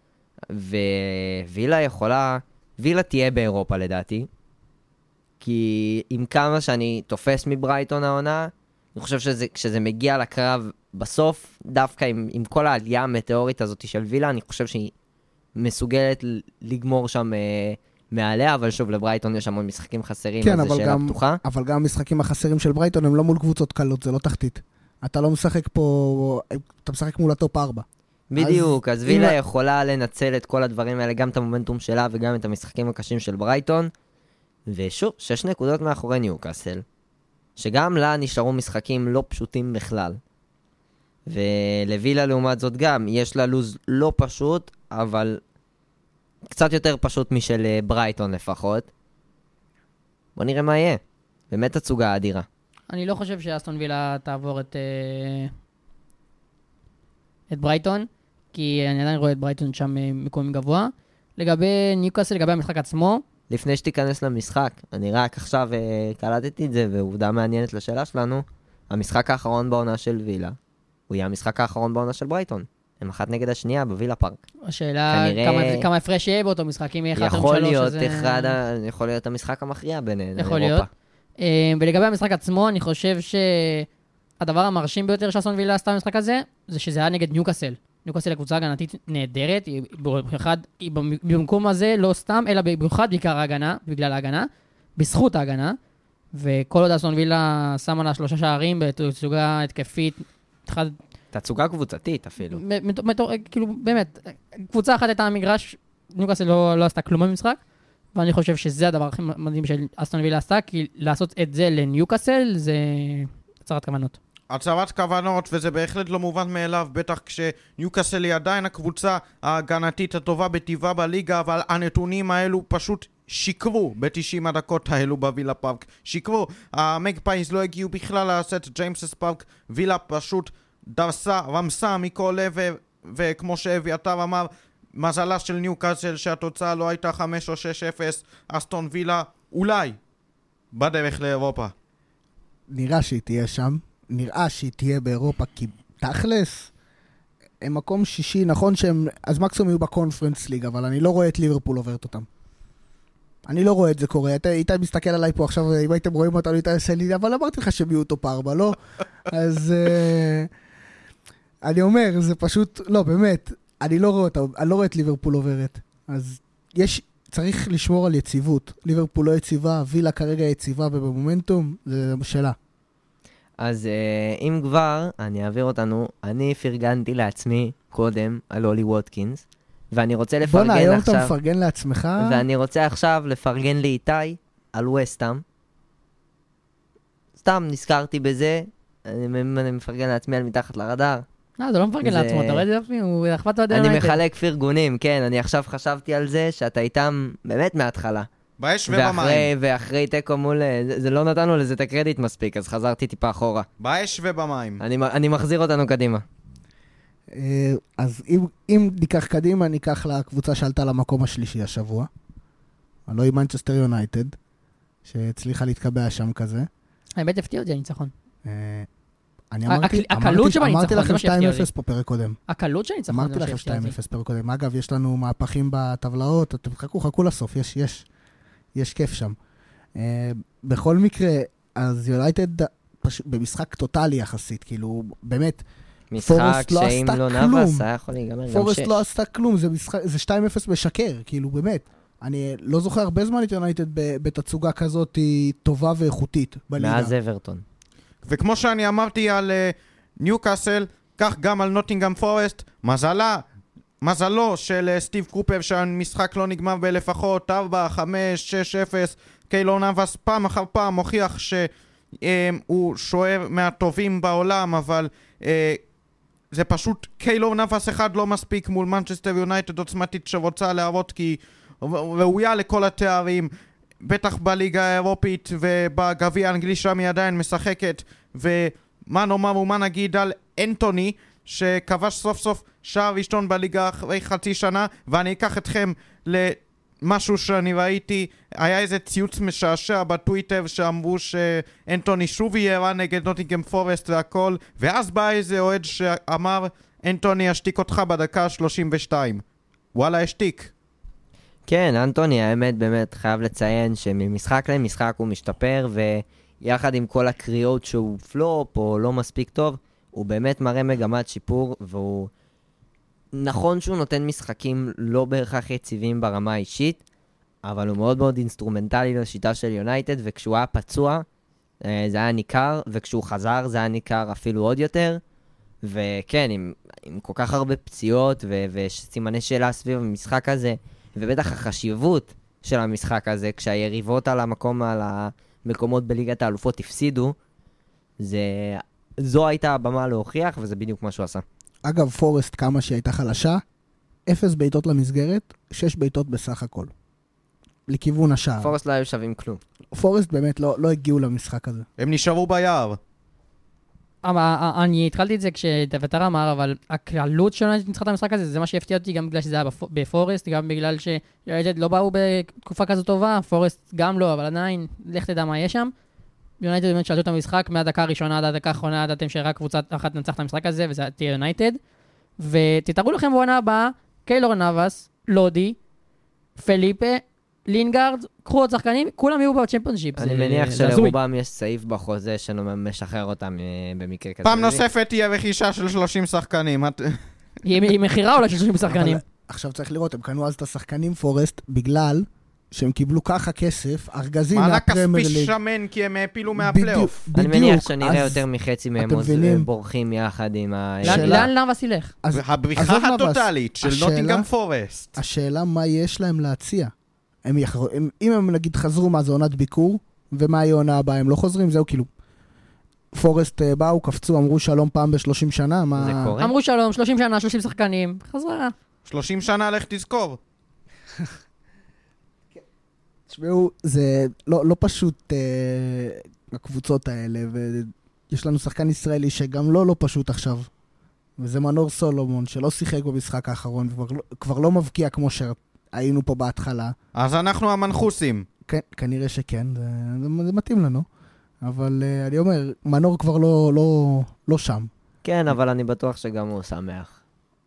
[SPEAKER 4] ווילה יכולה, וילה תהיה באירופה לדעתי, כי עם כמה שאני תופס מברייטון העונה, אני חושב שכשזה מגיע לקרב בסוף, דווקא עם כל העלייה המטאורית הזאת של וילה, אני חושב שהיא מסוגלת לגמור שם מעליה, אבל שוב, לברייטון יש המון משחקים חסרים,
[SPEAKER 1] כן,
[SPEAKER 4] אז זו שאלה פתוחה.
[SPEAKER 1] אבל גם המשחקים החסרים של ברייטון הם לא מול קבוצות קלות, זה לא תחתית. אתה לא משחק פה, אתה משחק מול הטופ 4.
[SPEAKER 4] בדיוק, אז וילה יכולה לנצל את כל הדברים האלה, גם את המומנטום שלה וגם את המשחקים הקשים של ברייטון, ושוב, 6 נקודות מאחורי ניוקאסל, שגם לה נשארו משחקים לא פשוטים בכלל. ולווילה לעומת זאת גם, יש לה לוז לא פשוט, אבל קצת יותר פשוט משל ברייטון לפחות. בוא נראה מה יהיה. באמת תצוגה אדירה.
[SPEAKER 3] אני לא חושב שאסטון וילה תעבור את ברייטון, כי אני עדיין רואה את ברייטון שם מקום גבוה. לגבי ניוקאסל, לגבי המשחק עצמו,
[SPEAKER 4] לפני שתיכנס למשחק, אני רק עכשיו קלטתי את זה, ועובדה מעניינת לשאלה שלנו, המשחק האחרון בעונה של וילה, הוא יהיה המשחק האחרון בעונה של ברייטון. הם אחת נגד השנייה בווילה פארק.
[SPEAKER 3] השאלה כמה הפרש יהיה באותו משחק, אם יהיה 1-3
[SPEAKER 4] יכול להיות המשחק המכריע בין
[SPEAKER 3] יכול
[SPEAKER 4] אירופה.
[SPEAKER 3] להיות. ולגבי המשחק עצמו, אני חושב שהדבר המרשים ביותר שאסטון וילה עשתה במשחק הזה, זה שזה היה נגד ניוקאסל. ניוקאסל הקבוצה הגנתית נהדרת, היא במקום הזה לא סתם, אלא במיוחד בעיקר ההגנה, בגלל ההגנה, בזכות ההגנה, וכל עוד אסטון וילה שמה לה 3 שערים בתצוגה התקפית,
[SPEAKER 4] תצוגה קבוצתית אפילו.
[SPEAKER 3] כאילו באמת, קבוצה אחת הייתה המגרש, ניוקאסל לא עשתה כלום במשחק, ואני חושב שזה הדבר הכי מדהים של אסטון וילה עשתה, כי לעשות את זה לניוקאסל זה הצהרת כוונות.
[SPEAKER 2] הצהרת כוונות, וזה בהחלט לא מובן מאליו, בטח כשניוקאסל היא עדיין הקבוצה ההגנתית הטובה בטבעה בליגה, אבל הנתונים האלו פשוט שיקרו ב-90 הדקות האלו בווילה פארק. שיקרו, המגפייז לא הגיעו בכלל לסט ג'יימסס פארק, וילה פשוט דרסה, רמסה מכל עבר, וכמו שאביתר אמר, מזלה של ניוקאסל שהתוצאה לא הייתה 5 או 6-0, אסטון וילה אולי בדרך לאירופה.
[SPEAKER 1] נראה שהיא תהיה שם, נראה שהיא תהיה באירופה, כי תכלס, הם מקום שישי, נכון שהם, אז מקסימום יהיו בקונפרנס ליג, אבל אני לא רואה את ליברפול עוברת אותם. אני לא רואה את זה קורה. איתי מסתכל עליי פה עכשיו, אם הייתם רואים אותנו, איתי עושה לי, אבל אמרתי לך שהם יהיו טופ 4, לא? אז אני אומר, זה פשוט, לא, באמת, אני לא רואה את ליברפול עוברת. אז צריך לשמור על יציבות. ליברפול לא יציבה, וילה כרגע יציבה ובמומנטום, זה שאלה.
[SPEAKER 4] אז אם כבר, אני אעביר אותנו, אני פרגנתי לעצמי קודם על אולי ווטקינס, ואני רוצה לפרגן עכשיו...
[SPEAKER 1] בוא נעיון אתה מפרגן לעצמך.
[SPEAKER 4] ואני רוצה עכשיו לפרגן לאיתי על ווסטהאם. סתם נזכרתי בזה, אני מפרגן לעצמי על מתחת לרדאר.
[SPEAKER 3] זה לא מפרגן לעצמו, אתה רואה את זה יופי? הוא אכפת לו
[SPEAKER 4] אני מחלק פרגונים, כן, אני עכשיו חשבתי על זה שאתה איתם באמת מההתחלה.
[SPEAKER 2] באש ובמים.
[SPEAKER 4] ואחרי תיקו מול... זה לא נתנו לזה את הקרדיט מספיק, אז חזרתי טיפה אחורה.
[SPEAKER 2] באש ובמים.
[SPEAKER 4] אני מחזיר אותנו קדימה.
[SPEAKER 1] אז אם ניקח קדימה, ניקח לקבוצה שעלתה למקום השלישי השבוע. הלוא היא מנצ'סטר יונייטד, שהצליחה להתקבע שם כזה.
[SPEAKER 3] האמת הפתיע אותי הניצחון.
[SPEAKER 1] אמרתי לכם 2-0 פה פרק קודם.
[SPEAKER 3] הקלות של ניצחון.
[SPEAKER 1] אמרתי לכם 2-0 פרק קודם. אגב, יש לנו מהפכים בטבלאות, אתם חכו לסוף, יש כיף שם. בכל מקרה, אז יונייטד במשחק טוטלי יחסית, כאילו, באמת,
[SPEAKER 4] משחק שאם לא נאבס, היה יכול להיגמר גם 6.
[SPEAKER 1] פורסט לא עשתה כלום, זה 2-0 משקר, כאילו, באמת. אני לא זוכר הרבה זמן את יונייטד בתצוגה כזאת טובה ואיכותית בליגה.
[SPEAKER 4] מאז אברטון.
[SPEAKER 2] וכמו שאני אמרתי על ניוקאסל, כך גם על נוטינגהאם פורסט, מזלו של סטיב קופר שהמשחק לא נגמר בלפחות 4, 5, 6, 0. קיילור נאבס פעם אחר פעם מוכיח שהוא שוער מהטובים בעולם, אבל זה פשוט קיילור נאבס אחד לא מספיק מול מנצ'סטר יונייטד עוצמתית שרוצה להראות כי ראויה לכל התארים, בטח בליגה האירופית ובגביע האנגלי שם היא עדיין משחקת. ומה נאמר ומה נגיד על אנטוני שכבש סוף סוף שער ראשון בליגה אחרי חצי שנה. ואני אקח אתכם למשהו שאני ראיתי, היה איזה ציוץ משעשע בטוויטר שאמרו שאנטוני שוב יהיה רע נגד נוטינגהאם פורסט והכל, ואז בא איזה אוהד שאמר אנטוני ישתיק אותך בדקה 32. וואלה השתיק.
[SPEAKER 4] כן, אנטוני, האמת באמת חייב לציין שממשחק למשחק הוא משתפר, ויחד עם כל הקריאות שהוא פלופ או לא מספיק טוב, הוא באמת מראה מגמת שיפור, והוא נכון שהוא נותן משחקים לא בהכרח יציבים ברמה האישית, אבל הוא מאוד מאוד אינסטרומנטלי לשיטה של יונייטד, וכשהוא היה פצוע זה היה ניכר, וכשהוא חזר זה היה ניכר אפילו עוד יותר, וכן, עם כל כך הרבה פציעות וסימני שאלה סביב המשחק הזה, ובטח החשיבות של המשחק הזה, כשהיריבות על המקומות בליגת האלופות הפסידו, זו הייתה הבמה להוכיח, וזה בדיוק מה שהוא עשה.
[SPEAKER 1] אגב, פורסט כמה שהיא הייתה חלשה, 0 בעיטות למסגרת, 6 בעיטות בסך הכל. לכיוון השער.
[SPEAKER 4] פורסט לא היו שווים כלום.
[SPEAKER 1] פורסט באמת לא הגיעו למשחק הזה.
[SPEAKER 2] הם נשארו ביער.
[SPEAKER 3] אני התחלתי את זה כשדוותר אמר, אבל הקלות שלנו ניצחה את המשחק הזה, זה מה שהפתיע אותי, גם בגלל שזה היה בפורסט, גם בגלל שיונייטד לא באו בתקופה כזו טובה, פורסט גם לא, אבל עדיין, לך תדע מה יש שם. יונייטד באמת שלטו את המשחק מהדקה הראשונה עד הדקה האחרונה, ידעתם שרק קבוצה אחת נצח את המשחק הזה, וזה תהיה יונייטד. ותתארו לכם בעונה הבאה, קיילור נאבס, לודי, פליפה, לינגארד, קחו עוד שחקנים, כולם יהיו בצ'מפיונשיפ.
[SPEAKER 4] אני מניח שלרובם יש סעיף בחוזה שמשחרר אותם במקרה כזה.
[SPEAKER 2] פעם נוספת תהיה רכישה של 30 שחקנים.
[SPEAKER 3] היא מחירה אולי של 30 שחקנים.
[SPEAKER 1] עכשיו צריך לראות, הם קנו אז את השחקנים פורסט בגלל שהם קיבלו ככה כסף, ארגזים
[SPEAKER 2] מענק
[SPEAKER 1] מהפרמייר
[SPEAKER 2] כספי
[SPEAKER 1] ליג.
[SPEAKER 2] שמן כי הם הפילו מהפלייאוף.
[SPEAKER 4] אני מניח שנראה יותר מחצי מהם בורחים יחד עם
[SPEAKER 3] לאן נאבס ילך?
[SPEAKER 2] הבריחה הטוטלית של נוטינגהאם פורסט.
[SPEAKER 1] השאלה מה יש להם להציע. אם הם נגיד חזרו מה זה עונת ביקור, ומה היא עונה הבאה, הם לא חוזרים, זהו כאילו. פורסט באו, קפצו, אמרו שלום פעם ב-30 שנה, מה...
[SPEAKER 4] זה קורה?
[SPEAKER 3] אמרו שלום, 30 שנה, 30 שחקנים, חזרה.
[SPEAKER 2] 30 שנה לך תזכור.
[SPEAKER 1] תשמעו, זה לא פשוט הקבוצות האלה, ויש לנו שחקן ישראלי שגם לא פשוט עכשיו. וזה מנור סולומון, שלא שיחק במשחק האחרון, וכבר לא מבקיע כמו שהיינו פה בהתחלה.
[SPEAKER 2] אז אנחנו המנחוסים.
[SPEAKER 1] כן, כנראה שכן, זה מתאים לנו. אבל אני אומר, מנור כבר לא שם.
[SPEAKER 4] כן, אבל אני בטוח שגם הוא שמח.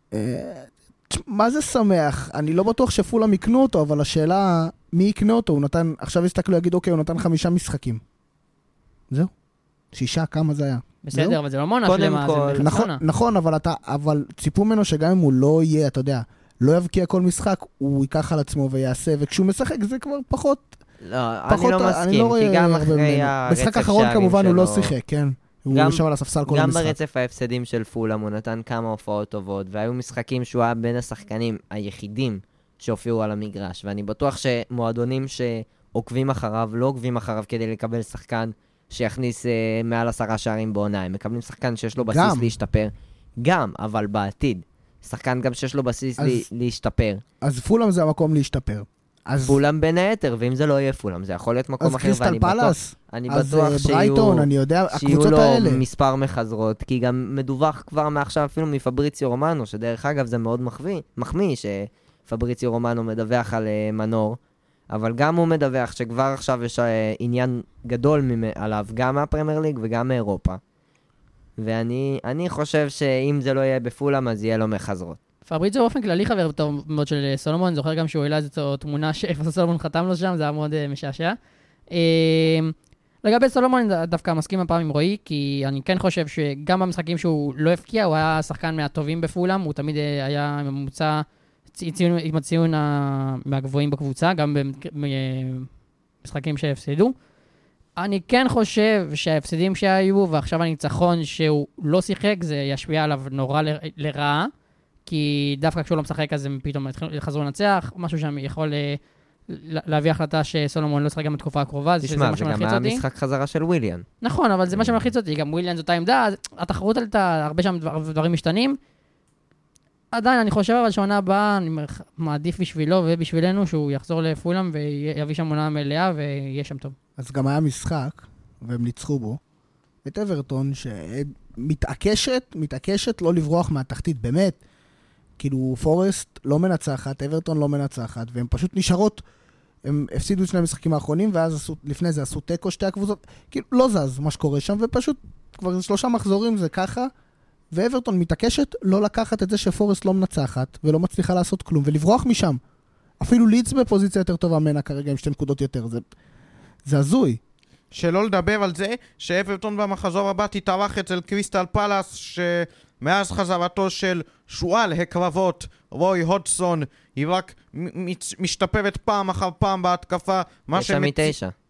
[SPEAKER 1] מה זה שמח? אני לא בטוח שפולם יקנו אותו, אבל השאלה, מי יקנה אותו? הוא נתן, עכשיו יסתכלו, יגיד, אוקיי, הוא נתן 5 משחקים. זהו? 6, כמה זה היה?
[SPEAKER 3] בסדר, אבל זה לא מונה שלמה, זה מחצונה.
[SPEAKER 1] נכון, אבל ציפו ממנו שגם אם הוא לא יהיה, אתה יודע, לא יבקיע כל משחק, הוא ייקח על עצמו ויעשה, וכשהוא משחק זה כבר פחות...
[SPEAKER 4] לא, אני לא מסכים, כי גם אחרי הרצף
[SPEAKER 1] משחק האחרון כמובן הוא לא שיחק, כן. הוא יושב על הספסל כל המשחק.
[SPEAKER 4] גם ברצף ההפסדים של פולאם הוא נתן כמה הופעות טובות, והיו משחקים שהוא היה בין השחקנים היחידים שהופיעו על המגרש, ואני בטוח שמועדונים שעוקבים אחריו, לא עוקבים אחריו כדי לקבל שחקן שיכניס מעל 10 שערים בעונה, הם מקבלים שחקן שיש לו בסיס להשתפר, גם, אבל בעתיד. שחקן גם שיש לו בסיס להשתפר.
[SPEAKER 1] אז פולאם זה המקום להשתפר.
[SPEAKER 4] פולאם בין היתר, ואם זה לא יהיה פולאם, זה יכול להיות מקום אחר, ואני בטוח שיהיו לו מספר מחזרות, כי גם מדווח כבר מעכשיו אפילו מפבריציו רומנו, שדרך אגב זה מאוד מחמיא שפבריציו רומנו מדווח על מנור, אבל גם הוא מדווח שכבר עכשיו יש עניין גדול עליו, גם מהפרמייר ליג וגם מאירופה, ואני חושב שאם זה לא יהיה בפולאם, אז יהיה לו מחזרות.
[SPEAKER 3] פבריציו באופן כללי חבר טוב מאוד של סולומון, זוכר גם שהוא העלה איזו תמונה שסולומון חתם לו שם, זה היה מאוד משעשע. לגבי סולומון, אני דווקא מסכים הפעם עם רועי, כי אני כן חושב שגם במשחקים שהוא לא הפקיע, הוא היה שחקן מהטובים בפולאם, הוא תמיד היה ממוצע עם הציון מהגבוהים בקבוצה, גם במשחקים שהפסידו. אני כן חושב שההפסדים שהיו, ועכשיו הניצחון שהוא לא שיחק, זה ישפיע עליו נורא לרעה, כי דווקא כשהוא לא משחק, אז הם פתאום חזרו לנצח, משהו שם יכול להביא החלטה שסולומון לא שחק גם בתקופה הקרובה,
[SPEAKER 4] תשמע, זה גם היה משחק חזרה של וויליאן.
[SPEAKER 3] נכון, אבל זה מה שמלחיץ אותי, גם וויליאן זאת העמדה, התחרות עלתה, הרבה שם דברים משתנים. עדיין, אני חושב אבל שעונה הבאה, אני מעדיף בשבילו ובשבילנו שהוא יחזור לפולאם ויביא שם עונה מלאה ויהיה שם טוב.
[SPEAKER 1] אז גם היה משחק, והם ניצחו בו, את אברטון שמתעקשת לא לברוח מהתחתית, באמת. כאילו פורסט לא מנצחת, אברטון לא מנצחת, והם פשוט נשארות, הם הפסידו את 2 המשחקים האחרונים, ואז לפני זה עשו טקו 2 הקבוצות, כאילו לא זז מה שקורה שם, ופשוט כבר 3 מחזורים זה ככה, ואברטון מתעקשת לא לקחת את זה שפורסט לא מנצחת, ולא מצליחה לעשות כלום, ולברוח משם. אפילו לידס בפוזיציה יותר טובה ממנה כרגע, עם 2 נקודות יותר, זה הזוי.
[SPEAKER 2] שלא לדבר על זה שאברטון במחזור הבא תתארח אצל קריסטל פלאס, שמאז חזרתו של שועל הקרבות רוי הודסון היא רק משתפרת פעם אחר פעם בהתקפה.
[SPEAKER 4] 9 מ-9.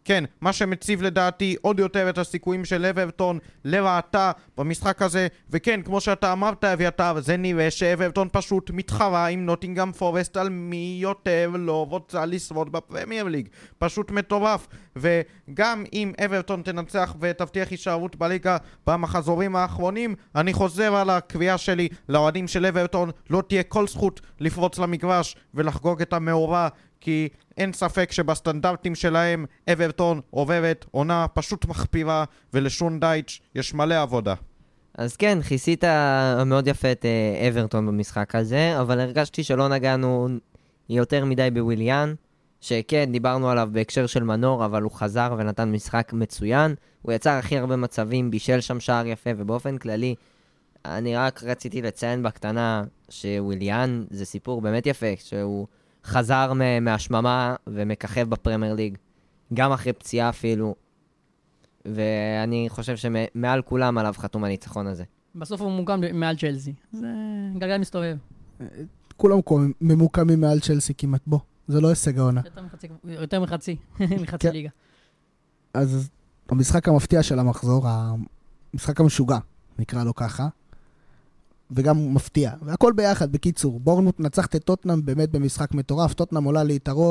[SPEAKER 2] כן, מה שמציב לדעתי עוד יותר את הסיכויים של אברטון לרעתה במשחק הזה, וכן, כמו שאתה אמרת אביתר, זה נראה שאברטון פשוט מתחרה עם נוטינגהאם פורסט על מי יותר לא רוצה לשרוד בפרמייר ליג. פשוט מטורף, וגם אם אברטון תנצח ותבטיח הישארות בליגה במחזורים האחרונים, אני חוזר על הקביעה שלי לאוהדים של אברטון, לא תהיה כל זכות לפרוץ למגרש ולחגוג את המאורע, כי אין ספק שבסטנדרטים שלהם אברטון עוברת עונה פשוט מחפירה, ולשון דייץ' יש מלא עבודה.
[SPEAKER 4] אז כן, כיסית מאוד יפה את אברטון במשחק הזה, אבל הרגשתי שלא נגענו יותר מדי בוויליאן, שכן, דיברנו עליו בהקשר של מנור, אבל הוא חזר ונתן משחק מצוין, הוא יצר הכי הרבה מצבים, בישל שם שער יפה, ובאופן כללי, אני רק רציתי לציין בקטנה שוויליאן זה סיפור באמת יפה, שהוא חזר מהשממה ומככב בפרמייר ליג, גם אחרי פציעה אפילו, ואני חושב שמעל כולם עליו חתום הניצחון הזה.
[SPEAKER 3] בסוף הוא ממוקם מעל צ'לסי, זה גלגל מסתובב.
[SPEAKER 1] כולם ממוקמים מעל צ'לסי כמעט, בוא, זה לא הישג העונה.
[SPEAKER 3] יותר מחצי ליגה.
[SPEAKER 1] אז המשחק המפתיע של המחזור, המשחק המשוגע, נקרא לו ככה, וגם מפתיע, והכל ביחד, בקיצור. בורנמוט נצחת את טוטנהאם באמת במשחק מטורף, טוטנהאם עולה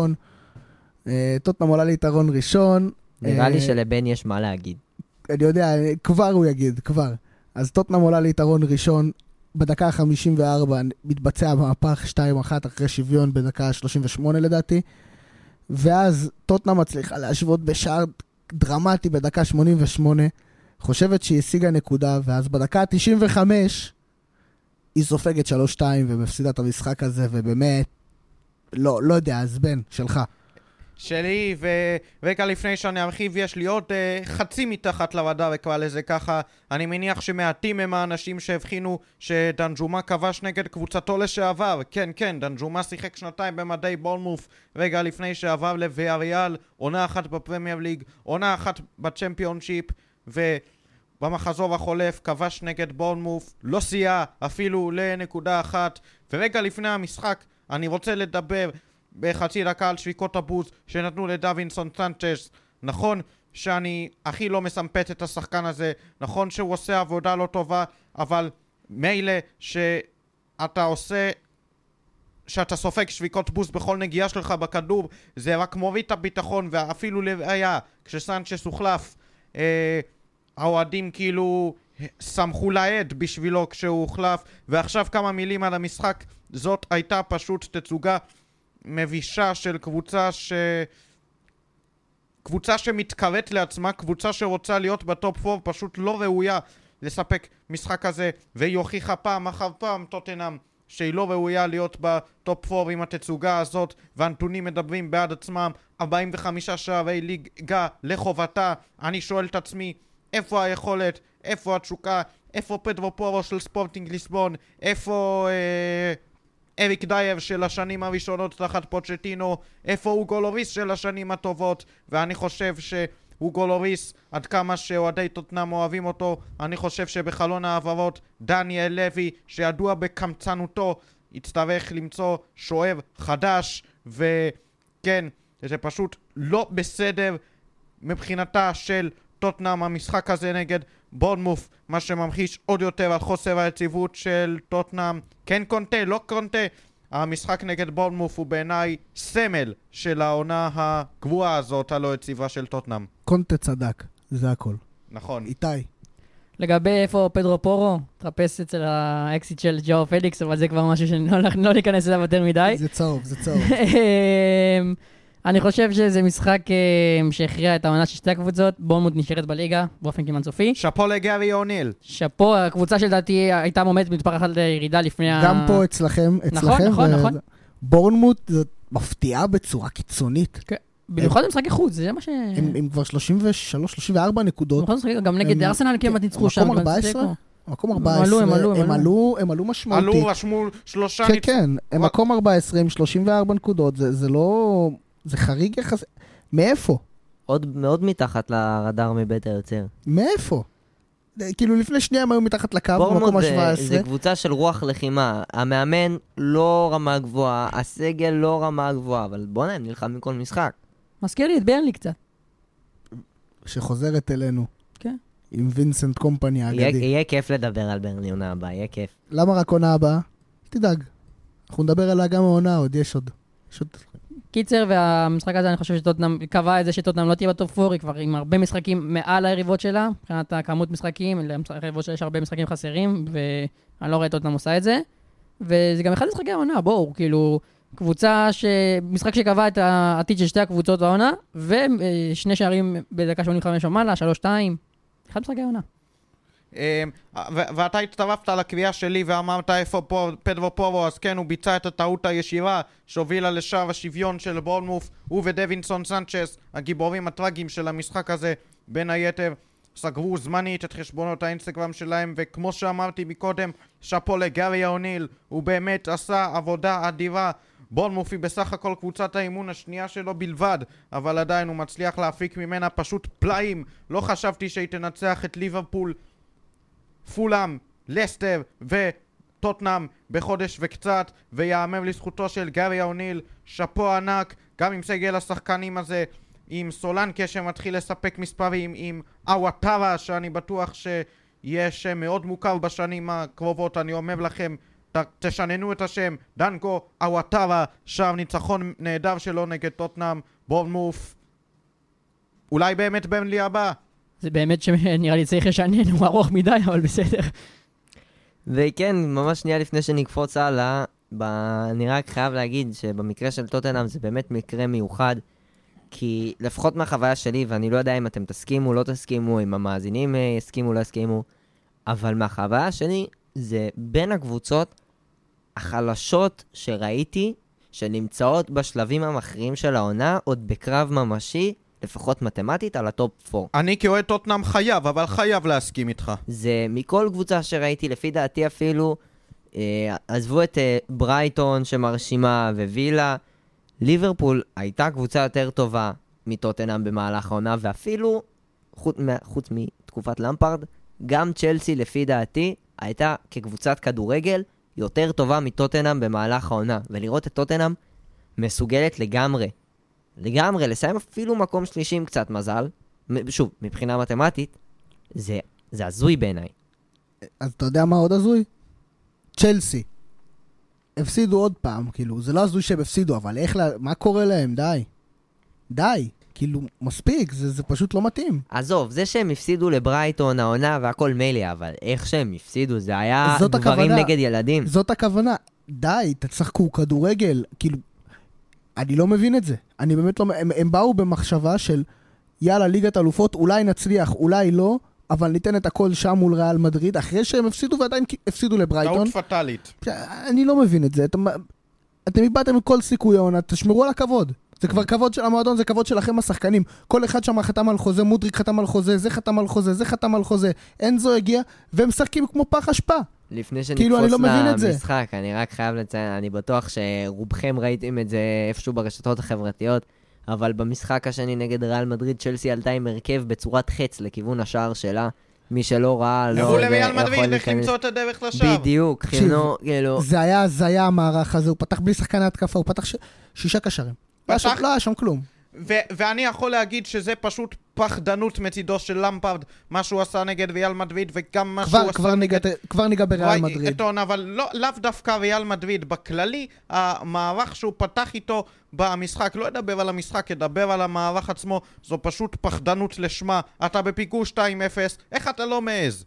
[SPEAKER 1] ליתרון ראשון.
[SPEAKER 4] נראה לי שלבן יש מה להגיד.
[SPEAKER 1] אני יודע, כבר הוא יגיד, כבר. אז טוטנהאם עולה ליתרון ראשון, בדקה 54 מתבצע מהפך 2-1 אחרי שוויון בדקה 38 לדעתי, ואז טוטנהאם מצליחה להשוות בשער דרמטי בדקה 88, חושבת שהיא השיגה נקודה, ואז בדקה 95 היא סופגת 3-2 ומפסידה את המשחק הזה, ובאמת, לא יודע, אז בן, שלך.
[SPEAKER 2] שלי, ורגע לפני שאני ארחיב, יש לי עוד חצי מתחת לרדאר וקרא לזה ככה. אני מניח שמעטים הם האנשים שהבחינו שדנג'ומה כבש נגד קבוצתו לשעבר. כן, דנג'ומה שיחק שנתיים במדי בורנמוף רגע לפני שעבר לוויאריאל, עונה אחת בפרמייר ליג, עונה אחת בצ'מפיונשיפ, ובמחזור החולף כבש נגד בורנמוף, לא סייע אפילו לנקודה אחת. ורגע לפני המשחק אני רוצה לדבר בחצי דקה על שוויקות הבוז שנתנו לדווינסון סנצ'ז. נכון שאני הכי לא מסמפת את השחקן הזה, נכון שהוא עושה עבודה לא טובה, אבל מילא שאתה סופג שוויקות בוז בכל נגיעה שלך בכדור, זה רק מוריד את הביטחון, ואפילו לראיה, כשסנצ'ז הוחלף, האוהדים כאילו שמחו לעד בשבילו כשהוא הוחלף. ועכשיו כמה מילים על המשחק. זאת הייתה פשוט תצוגה מבישה של קבוצה שמתקראת לעצמה, קבוצה שרוצה להיות בטופ 4, פשוט לא ראויה לספק משחק הזה, והיא הוכיחה פעם אחר פעם טוטנהאם שהיא לא ראויה להיות בטופ 4 עם התצוגה הזאת, והנתונים מדברים בעד עצמם. 45 שערי ליגה לחובתה. אני שואל את עצמי, איפה היכולת, איפה התשוקה, איפה פדרו פורו של ספורטינג ליסבון, איפה אריק דייר של השנים הראשונות תחת פוצ'טינו, איפה אוגו לוריס של השנים הטובות. ואני חושב שאוגו לוריס, עד כמה שאוהדי טוטנהאם אוהבים אותו, אני חושב שבחלון העברות דניאל לוי, שידוע בקמצנותו, יצטרך למצוא שוער חדש. וכן, זה פשוט לא בסדר מבחינתה של טוטנהאם המשחק הזה נגד בורנמוף, מה שממחיש עוד יותר על חוסר היציבות של טוטנהאם. כן קונטה, לא קונטה, המשחק נגד בורנמוף הוא בעיניי סמל של העונה הגבוהה הזאת הלא יציבה של טוטנהאם.
[SPEAKER 1] קונטה צדק, זה הכל.
[SPEAKER 2] נכון.
[SPEAKER 1] איתי.
[SPEAKER 3] לגבי איפה פדרו פורו, תרפס אצל האקסיט של ג'או פליקס, אבל זה כבר משהו שלא ניכנס אליו יותר מדי.
[SPEAKER 1] זה צהוב.
[SPEAKER 3] אני חושב שזה משחק שהכריע את העונה של שתי הקבוצות. בורנמוט נשארת בליגה באופן כמעט סופי.
[SPEAKER 2] שאפו לגארי אוניל.
[SPEAKER 3] שאפו, הקבוצה שלדעתי הייתה מומנט מתפר אחת לירידה לפני
[SPEAKER 1] גם פה אצלכם.
[SPEAKER 3] נכון.
[SPEAKER 1] בורנמוט זאת מפתיעה בצורה קיצונית.
[SPEAKER 3] כן. במיוחד במשחק איכות, זה מה ש...
[SPEAKER 1] הם כבר 33-34 נקודות.
[SPEAKER 3] גם נגד ארסנל כמעט ניצחו שם.
[SPEAKER 1] מקום 14. הם עלו משמעותית.
[SPEAKER 2] רשמו 3
[SPEAKER 1] כן, הם מקום 14 עם 34 נקודות. זה לא... זה חריג יחס... מאיפה?
[SPEAKER 4] עוד מאוד מתחת לרדאר מבית היוצר.
[SPEAKER 1] מאיפה? כאילו לפני שנייה הם היו מתחת לקו, במקום ה-17.
[SPEAKER 4] זה קבוצה של רוח לחימה. המאמן לא רמה גבוהה, הסגל לא רמה גבוהה, אבל בוא נהם נלחם מכל משחק.
[SPEAKER 3] מזכיר לי את ברנלי קצת.
[SPEAKER 1] שחוזרת אלינו.
[SPEAKER 3] כן.
[SPEAKER 1] עם וינסנט קומפני האגדי.
[SPEAKER 4] יהיה כיף לדבר על ברנלי עונה הבאה, יהיה כיף.
[SPEAKER 1] למה רק עונה הבאה? תדאג. אנחנו נדבר עליה גם העונה, עוד יש עוד.
[SPEAKER 3] קיצר, והמשחק הזה אני חושב שטוטנאם קבע את זה שטוטנאם לא תהיה בטופ 4, היא כבר עם הרבה משחקים מעל היריבות שלה, מבחינת הכמות משחקים, ליריבות שלה יש הרבה משחקים חסרים, ואני לא רואה את טוטנאם עושה את זה. וזה גם אחד משחקי העונה, בואו, כאילו, קבוצה משחק שקבע את העתיד של שתי הקבוצות בעונה, ושני שערים בדקה 85 ומעלה, 3-2, אחד משחקי העונה.
[SPEAKER 2] ואתה הצטרפת לקביעה שלי ואמרת איפה פדרו פורו, אז כן, הוא ביצע את הטעות הישירה שהובילה לשער השוויון של בורנמוף. הוא ודווינסון סנצ'ס, הגיבורים הטרגיים של המשחק הזה, בין היתר סגרו זמנית את חשבונות האינסטגרם שלהם, וכמו שאמרתי מקודם, שאפו לגארי אוניל, הוא באמת עשה עבודה אדירה. בורנמוף היא בסך הכל קבוצת האימון השנייה שלו בלבד, אבל עדיין הוא מצליח להפיק ממנה פשוט פלאים. לא חשבתי שהיא תנצח את ליברפול, פולאם, לסטר וטוטנאם בחודש וקצת, ויאמר לזכותו של גארי אוניל, שאפו ענק, גם עם סגל השחקנים הזה, עם סולנקה שמתחיל לספק מספרים, עם אוואטרה שאני בטוח שיהיה שם מאוד מוכר בשנים הקרובות. אני אומר לכם, תשננו את השם, דנקו אוואטרה, שם ניצחון נהדר שלו נגד טוטנאם. בורנמוף, אולי באמת ברנלי הבא.
[SPEAKER 3] זה באמת שנראה לי צריך לשנן, הוא ארוך מדי, אבל בסדר.
[SPEAKER 4] וכן, ממש שנייה לפני שנקפוץ הלאה, אני רק חייב להגיד שבמקרה של טוטנהאם זה באמת מקרה מיוחד, כי לפחות מהחוויה שלי, ואני לא יודע אם אתם תסכימו, לא תסכימו, אם המאזינים יסכימו, לא יסכימו, אבל מהחוויה שלי זה בין הקבוצות החלשות שראיתי, שנמצאות בשלבים המכריעים של העונה, עוד בקרב ממשי, לפחות מתמטית, על הטופ 4.
[SPEAKER 2] אני כאוהד טוטנהאם חייב, אבל חייב להסכים איתך.
[SPEAKER 4] זה מכל קבוצה שראיתי, לפי דעתי אפילו, עזבו את ברייטון שמרשימה ווילה, ליברפול הייתה קבוצה יותר טובה מטוטנהאם במהלך העונה, ואפילו, חוץ מתקופת למפרד, גם צ'לסי לפי דעתי הייתה כקבוצת כדורגל יותר טובה מטוטנהאם במהלך העונה, ולראות את טוטנהאם מסוגלת לגמרי, לסיים אפילו מקום שלישי עם קצת מזל, שוב, מבחינה מתמטית, זה הזוי בעיניי.
[SPEAKER 1] אז אתה יודע מה עוד הזוי? צ'לסי. הפסידו עוד פעם, כאילו, זה לא הזוי שהם הפסידו, אבל מה קורה להם? די. כאילו, מספיק, זה פשוט לא מתאים.
[SPEAKER 4] עזוב, זה שהם הפסידו לברייטון, העונה והכל מלא, אבל איך שהם הפסידו, זה היה גברים נגד ילדים.
[SPEAKER 1] זאת הכוונה. די, תצחקו כדורגל, כאילו, אני לא מבין את זה. אני באמת לא... הם באו במחשבה של, יאללה, ליגת אלופות, אולי נצליח, אולי לא, אבל ניתן את הכל שם מול ריאל מדריד, אחרי שהם הפסידו ועדיין הפסידו לברייטון.
[SPEAKER 2] טעות פטלית.
[SPEAKER 1] אני לא מבין את זה. אתם איבדתם כל סיכוי העונה, תשמרו על הכבוד. זה כבר כבוד של המועדון, זה כבוד שלכם השחקנים. כל אחד שם חתם על חוזה, מודריק חתם על חוזה, זה חתם על חוזה, זה חתם על חוזה. אנזו הגיע, והם משחקים כמו פח אשפה.
[SPEAKER 4] לפני
[SPEAKER 1] כאילו, אני לא
[SPEAKER 4] שנקפוץ
[SPEAKER 1] מבין את זה.
[SPEAKER 4] למשחק, אני רק חייב לציין, אני בטוח שרובכם ראיתם את זה איפשהו ברשתות החברתיות, אבל במשחק השני נגד ריאל מדריד, צ'לסי עלתה עם הרכב בצורת חץ לכיוון השער שלה. מי שלא ראה, לא
[SPEAKER 2] הראו לריאל מדריד איך למצוא את הדרך לשער.
[SPEAKER 4] בדיוק, חינוך, כאילו...
[SPEAKER 1] זה היה המערך הזה, הוא פתח בלי שחקני התקפה, הוא פתח 6 קשרים. לא היה שם כלום.
[SPEAKER 2] ואני יכול להגיד שזה פשוט פחדנות מצידו של למפרד, מה שהוא עשה נגד ריאל מדריד, וגם מה שהוא עשה נגד...
[SPEAKER 1] כבר ניגע בריאל מדריד.
[SPEAKER 2] אבל לאו דווקא ריאל מדריד. בכללי, המערך שהוא פתח איתו במשחק, לא ידבר על המשחק, ידבר על המערך עצמו, זו פשוט פחדנות לשמה. אתה בפיגור 2-0, איך אתה לא מעז?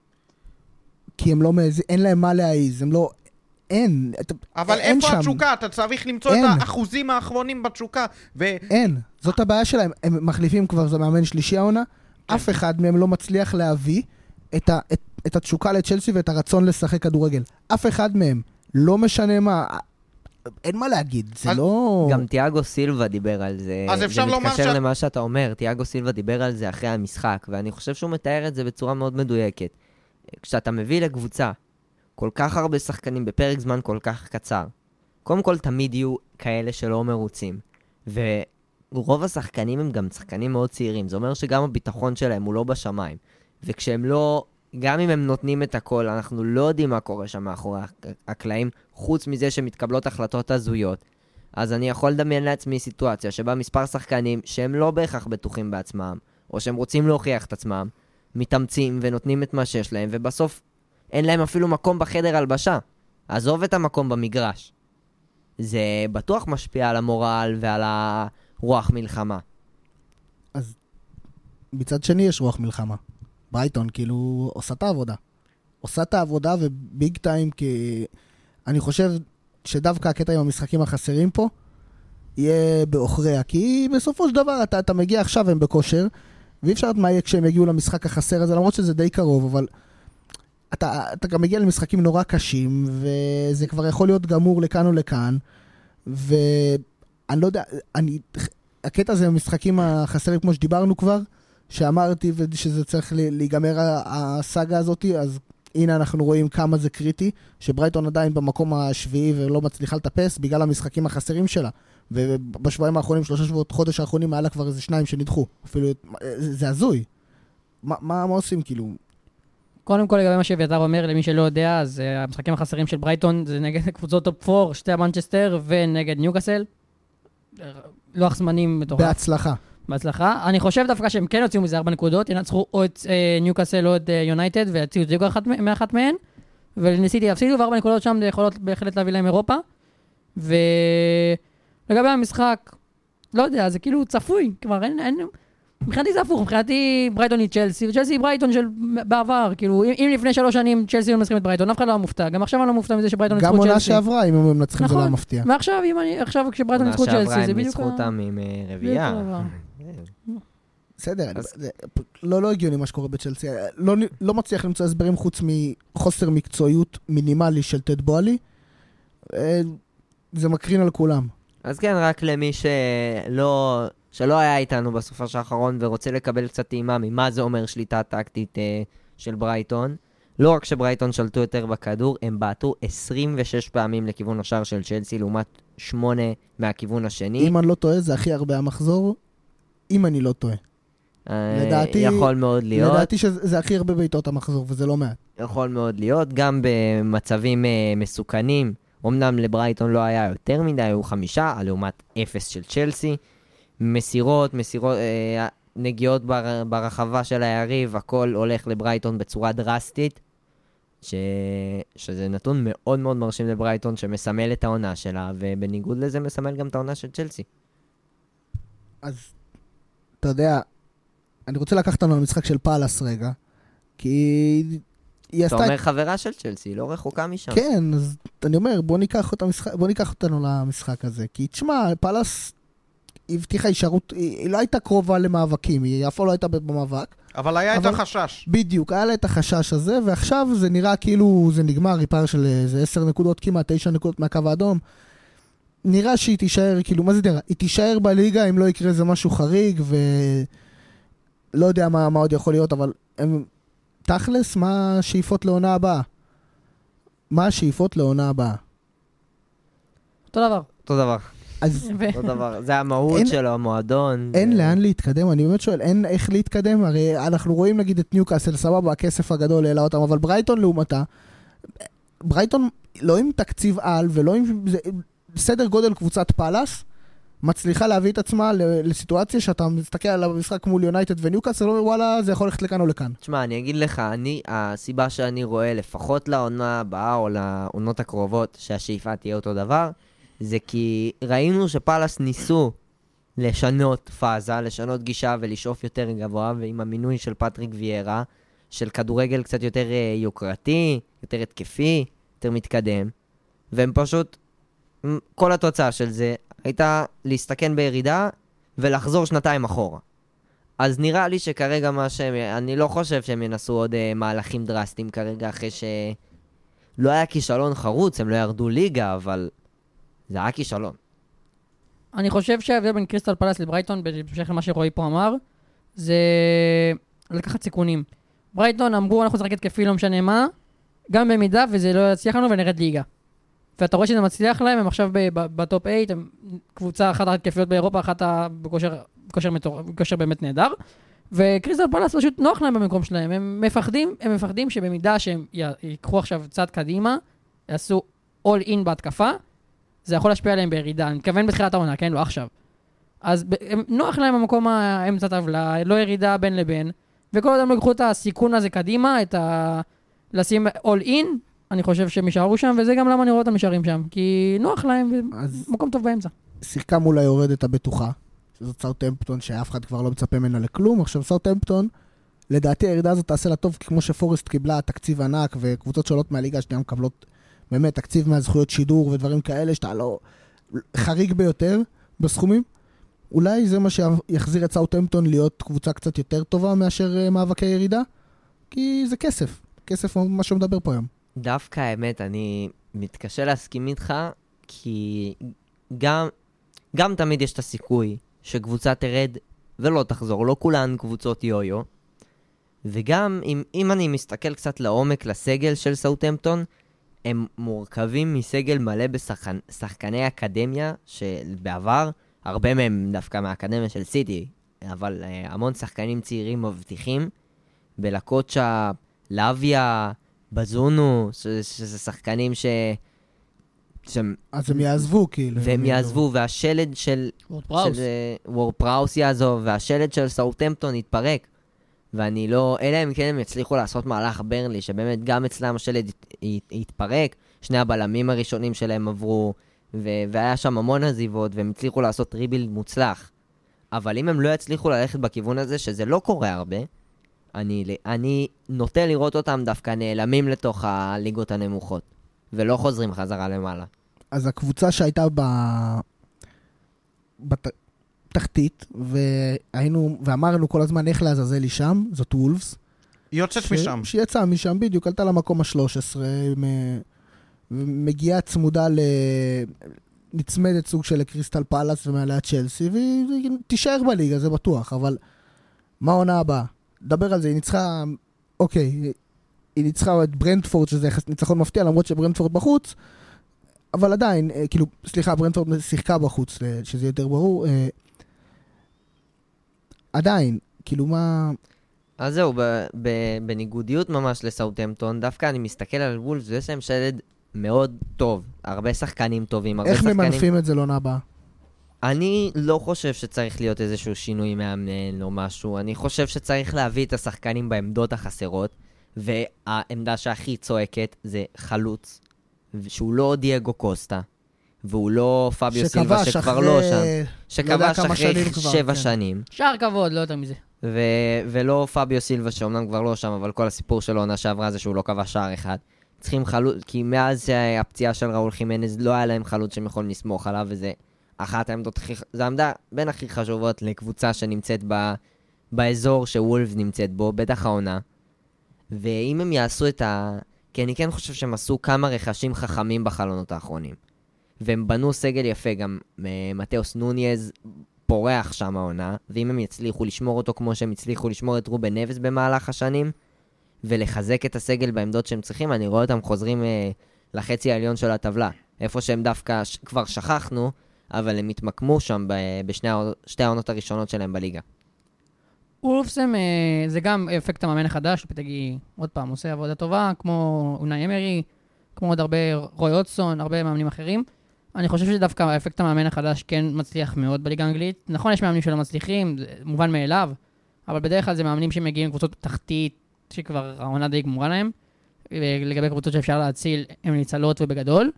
[SPEAKER 1] כי הם לא מעז, אין להם מה להעיז, הם לא... אין.
[SPEAKER 2] אבל
[SPEAKER 1] אין
[SPEAKER 2] איפה
[SPEAKER 1] שם.
[SPEAKER 2] התשוקה? אתה צריך למצוא
[SPEAKER 1] אין.
[SPEAKER 2] את האחוזים האחרונים בתשוקה.
[SPEAKER 1] אין. זאת הבעיה שלהם. הם מחליפים כבר, זה מאמן שלישי העונה. אף אחד מהם לא מצליח להביא את התשוקה לצ'לסי ואת הרצון לשחק כדורגל. אף אחד מהם. לא משנה מה. אין מה להגיד. זה לא...
[SPEAKER 4] גם תיאגו סילבה דיבר על זה.
[SPEAKER 2] אז אפשר לומר
[SPEAKER 4] זה מתקשר למה שאתה אומר. תיאגו סילבה דיבר על זה אחרי המשחק, ואני חושב שהוא מתאר את זה בצורה מאוד מדויקת. כשאתה מביא לקבוצה כל כך הרבה שחקנים בפרק זמן כל כך קצר, קודם כל תמיד יהיו כאלה שלא מרוצים, ורוב השחקנים הם גם שחקנים מאוד צעירים, זה אומר שגם הביטחון שלהם הוא לא בשמיים, וכשהם לא, גם אם הם נותנים את הכל, אנחנו לא יודעים מה קורה שם מאחורי הקלעים, חוץ מזה שמתקבלות החלטות הזויות. אז אני יכול לדמיין לעצמי סיטואציה שבה מספר שחקנים שהם לא בהכרח בטוחים בעצמם, או שהם רוצים להוכיח את עצמם, מתאמצים ונותנים את מה שיש להם, ובסוף אין להם אפילו מקום בחדר הלבשה. עזוב את המקום במגרש. זה בטוח משפיע על המורל ועל הרוח מלחמה.
[SPEAKER 1] אז מצד שני יש רוח מלחמה. ברייטון כאילו עושה את העבודה. עושה את העבודה וביג טיים, כי אני חושב שדווקא הקטע עם המשחקים החסרים פה יהיה באוכריה, כי בסופו של דבר אתה מגיע עכשיו הם בכושר, ואי אפשר לדעת מה יהיה כשהם יגיעו למשחק החסר הזה, למרות שזה די קרוב, אבל אתה גם מגיע למשחקים נורא קשים, וזה כבר יכול להיות גמור לכאן או לכאן, ואני לא יודע, הקטע הזה במשחקים החסרים כמו שדיברנו כבר, שאמרתי שזה צריך להיגמר הסאגה הזאת, אז הנה אנחנו רואים כמה זה קריטי, שברייטון עדיין במקום השביעי ולא מצליחה לטפס בגלל המשחקים החסרים שלה. ובשבועיים האחרונים, 3 שבועות, חודש האחרונים, היה לה כבר איזה 2 שנדחו. אפילו, זה הזוי. מה עושים כאילו?
[SPEAKER 3] קודם כל, לגבי מה שאביתר אומר, למי שלא יודע, אז המשחקים החסרים של ברייטון זה נגד קבוצות טופ 4, שתי המנצ'סטר ונגד ניוקאסל. לוח זמנים מטורף. בהצלחה. אני חושב דווקא שהם כן יוציאו מזה 4 נקודות, ינצחו או את ניוקאסל או את יונייטד, ויציעו את זיגו מאחת מהן, ולניסיטי יפסידו, ו4 נקודות שם יכולות בהחלט להביא להם אירופה. ולגבי המשחק, לא יודע, זה כאילו צפוי, כבר אין... מבחינתי זה הפוך, מבחינתי ברייטון היא צ'לסי, וצ'לסי היא ברייטון של בעבר, כאילו, אם לפני 3 שנים צ'לסי היו מנצחים את ברייטון, אף אחד לא מופתע, גם עכשיו אני לא מופתע מזה שברייטון ניצחו
[SPEAKER 1] צ'לסי. גם
[SPEAKER 3] צ'לסי.
[SPEAKER 1] עונה שעברה, אם הם מנצחים זה לא מפתיע.
[SPEAKER 3] ועכשיו, כשברייטון ניצחו צ'לסי, זה בדיוק...
[SPEAKER 4] עונה שעברה הם ניצחו אותם עם רביעייה.
[SPEAKER 1] בסדר, לא הגיוני מה שקורה בצ'לסי, לא מצליח למצוא הסברים חוץ מחוסר מקצועיות מינימלי של טד בועלי, זה מקרין על כולם.
[SPEAKER 4] אז כן, רק למי שלא היה איתנו בסופש האחרון ורוצה לקבל קצת טעימה ממה זה אומר שליטה טקטית של ברייטון. לא רק שברייטון שלטו יותר בכדור, הם בעטו 26 פעמים לכיוון השער של צ'לסי, לעומת 8 מהכיוון השני.
[SPEAKER 1] אם אני לא טועה, זה הכי הרבה המחזור, אם אני לא טועה. לדעתי,
[SPEAKER 4] יכול מאוד להיות.
[SPEAKER 1] לדעתי שזה הכי הרבה בעיטות המחזור, וזה לא מעט.
[SPEAKER 4] יכול מאוד להיות, גם במצבים מסוכנים. אמנם לברייטון לא היה יותר מדי, היו 5, לעומת 0 של צ'לסי. מסירות, נגיעות ברחבה של היריב, הכל הולך לברייטון בצורה דרסטית, שזה נתון מאוד מאוד מרשים לברייטון, שמסמל את העונה שלה, ובניגוד לזה מסמל גם את העונה של צ'לסי.
[SPEAKER 1] אז, אתה יודע, אני רוצה לקחת לנו למשחק של פאלאס רגע, כי...
[SPEAKER 4] אתה אומר חברה של צ'לסי, לא רחוקה משם.
[SPEAKER 1] כן, אז אני אומר, בוא ניקח אותנו למשחק הזה, כי תשמע, פאלאס הבטיחה הישארות, היא לא הייתה קרובה למאבקים, היא אף לא הייתה במאבק.
[SPEAKER 2] אבל היה את החשש.
[SPEAKER 1] בדיוק, היה לה את החשש הזה, ועכשיו זה נראה כאילו זה נגמר, ריפר של איזה 10 נקודות, כמעט 9 נקודות מהקו האדום. נראה שהיא תישאר, כאילו, מה זה נראה? היא תישאר בליגה אם לא יקרה איזה משהו חריג, ולא יודע מה עוד יכול להיות, אבל הם... תכלס, מה השאיפות לעונה הבאה? מה השאיפות לעונה הבאה?
[SPEAKER 3] אותו דבר.
[SPEAKER 1] אז...
[SPEAKER 4] אותו דבר. זה המהות שלו, המועדון.
[SPEAKER 1] אין לאן להתקדם, אני באמת שואל, אין איך להתקדם, הרי אנחנו רואים נגיד את ניוקאסל, סבבה, הכסף הגדול העלה אותם, אבל ברייטון לעומתה, ברייטון לא עם תקציב על, ולא עם סדר גודל קבוצת פאלאס, מצליחה להביא את עצמה לסיטואציה שאתה מסתכל על המשחק מול יונייטד וניוקאסל, וואלה, זה יכול ללכת לכאן או לכאן.
[SPEAKER 4] תשמע, אני אגיד לך, הסיבה שאני רואה לפחות לעונה הבאה או לעונות הקרובות שהשאיפה תהיה אותו דבר, זה כי ראינו שפאלאס ניסו לשנות פאזה, לשנות גישה ולשאוף יותר גבוה, ועם המינוי של פטריק ויירה, של כדורגל קצת יותר יוקרתי, יותר התקפי, יותר מתקדם, והם פשוט, כל התוצאה של זה הייתה להסתכן בירידה ולחזור 2 אחורה. אז נראה לי שכרגע אני לא חושב שהם ינסו עוד מהלכים דרסטיים כרגע, אחרי שלא היה כישלון חרוץ, הם לא ירדו ליגה, אבל זה היה כישלון.
[SPEAKER 3] אני חושב שההבדל בין קריסטל פלאס לברייטון, בהמשך למה שרועי פה אמר, זה לקחת סיכונים. ברייטון אמרו, אנחנו נשחק התקפי, לא משנה מה, גם במידה וזה לא יצליח לנו ונרד ליגה. ואתה רואה שזה מצליח להם, הם עכשיו בטופ 8, הם קבוצה אחת התקפיות באירופה, אחת בכושר באמת נהדר, וקריסטל פלאס פשוט נוח להם במקום שלהם, הם מפחדים שבמידה שהם ייקחו עכשיו צעד קדימה, יעשו all in בהתקפה, זה יכול להשפיע עליהם בירידה, אני מתכוון בתחילת העונה, כן? לא עכשיו. אז נוח להם במקום האמצע הטבלה, לא ירידה בין לבין, וכל עוד הם לקחו את הסיכון הזה קדימה, לשים all in, אני חושב שהם יישארו שם, וזה גם למה אני רואה אותם נשארים שם, כי נוח להם, ומקום טוב באמצע.
[SPEAKER 1] שיחקה מול היורדת הבטוחה, שזאת סאות'המפטון שאף אחד כבר לא מצפה ממנה לכלום. עכשיו סאות'המפטון, לדעתי הירידה הזאת תעשה לה טוב, כמו שפורסט קיבלה תקציב ענק, וקבוצות שונות מהליגה השנייה מקבלות באמת תקציב מהזכויות שידור ודברים כאלה, שאתה לא חריג ביותר בסכומים. אולי זה מה שיחזיר את סאות'המפטון להיות קבוצה קצת יותר טובה מאשר מאבקי ירידה, כי זה כסף. כסף מה שמדבר פה היום.
[SPEAKER 4] דווקא האמת, אני מתקשה להסכים איתך, כי גם תמיד יש את הסיכוי שקבוצה תרד ולא תחזור, לא כולן קבוצות יו-יו. וגם אם אני מסתכל קצת לעומק לסגל של סאות'המפטון, הם מורכבים מסגל מלא בשחקני אקדמיה, שבעבר, הרבה מהם דווקא מהאקדמיה של סיטי, אבל המון שחקנים צעירים מבטיחים, בלקוצ'ה, לוויה, בזונו, שזה שחקנים
[SPEAKER 1] אז הם יעזבו, כאילו.
[SPEAKER 4] והם יעזבו, והשלד של וורד פראוס יעזוב, והשלד של סאות'המפטון יתפרק. ואני לא, אלא אם כן הם יצליחו לעשות מהלך ברנלי, שבאמת גם אצלם השלד יתפרק, שני הבלמים הראשונים שלהם עברו, והיה שם המון עזיבות, והם הצליחו לעשות ריבילד מוצלח. אבל אם הם לא יצליחו ללכת בכיוון הזה, שזה לא קורה הרבה, אני נוטה לראות אותם דווקא נעלמים לתוך הליגות הנמוכות, ולא חוזרים חזרה למעלה.
[SPEAKER 1] אז הקבוצה שהייתה בתחתית, ואמרנו כל הזמן איך לעזאזל לי שם, זאת וולפס.
[SPEAKER 2] היא יוצאת משם.
[SPEAKER 1] שיצאה משם, בדיוק, עלתה למקום ה-13, מגיעה צמודה נצמדת סוג של קריסטל פלאס ומעליה צ'לסי, והיא תישאר בליגה, זה בטוח, אבל מה העונה הבאה? דבר על זה, היא ניצחה, אוקיי, היא ניצחה את ברנטפורד, שזה ניצחון מפתיע, למרות שברנטפורד בחוץ, אבל עדיין, כאילו, סליחה, ברנטפורד שיחקה בחוץ, שזה יותר ברור, עדיין, כאילו מה...
[SPEAKER 4] אז זהו, בניגודיות ממש לסאות'המפטון, דווקא אני מסתכל על וולפס, ויש להם שלד מאוד טוב, הרבה שחקנים טובים, הרבה שחקנים...
[SPEAKER 1] איך ממנפים את זה לעונה הבאה?
[SPEAKER 4] אני לא חושב שצריך להיות איזשהו שינוי מאמן או משהו, אני חושב שצריך להביא את השחקנים בעמדות החסרות, והעמדה שהכי צועקת זה חלוץ, שהוא לא דייגו קוסטה, והוא לא פאביו סילבה שכבר לא שם, שכבש אחרי 7 שנים.
[SPEAKER 3] שער כבוד, לא יותר מזה.
[SPEAKER 4] ולא פאביו סילבה שאומנם כבר לא שם, אבל כל הסיפור שלו עונה שעברה זה שהוא לא כבש שער אחד. צריכים חלוץ, כי מאז הפציעה של ראול חימנז לא היה להם חלוץ שהם יכולים לסמוך עליו, וזה אחת העמדות זה העמדה בין הכי חשובות לקבוצה שנמצאת באזור שוולף נמצאת בו, בטח העונה. ואם הם יעשו כי אני כן חושב שהם עשו כמה רכשים חכמים בחלונות האחרונים. והם בנו סגל יפה, גם מתאוס נוניז פורח שם העונה, ואם הם יצליחו לשמור אותו כמו שהם הצליחו לשמור את רובן נבס במהלך השנים, ולחזק את הסגל בעמדות שהם צריכים, אני רואה אותם חוזרים לחצי העליון של הטבלה. איפה שהם דווקא כבר שכחנו, אבל הם התמקמו שם בשתי העונות הראשונות שלהם בליגה.
[SPEAKER 3] וולפס זה גם אפקט המאמן החדש, פתגי עוד פעם עושה עבודה טובה, כמו אונאי אמרי, כמו עוד הרבה רוי הודסון, הרבה מאמנים אחרים. אני חושב שדווקא האפקט המאמן החדש כן מצליח מאוד בליגה האנגלית. נכון, יש מאמנים שלא מצליחים, זה מובן מאליו, אבל בדרך כלל זה מאמנים שמגיעים קבוצות תחתית, שכבר העונה די גמורה להם, ולגבי קבוצות שאפשר להציל, הן ניצלות ובגדול.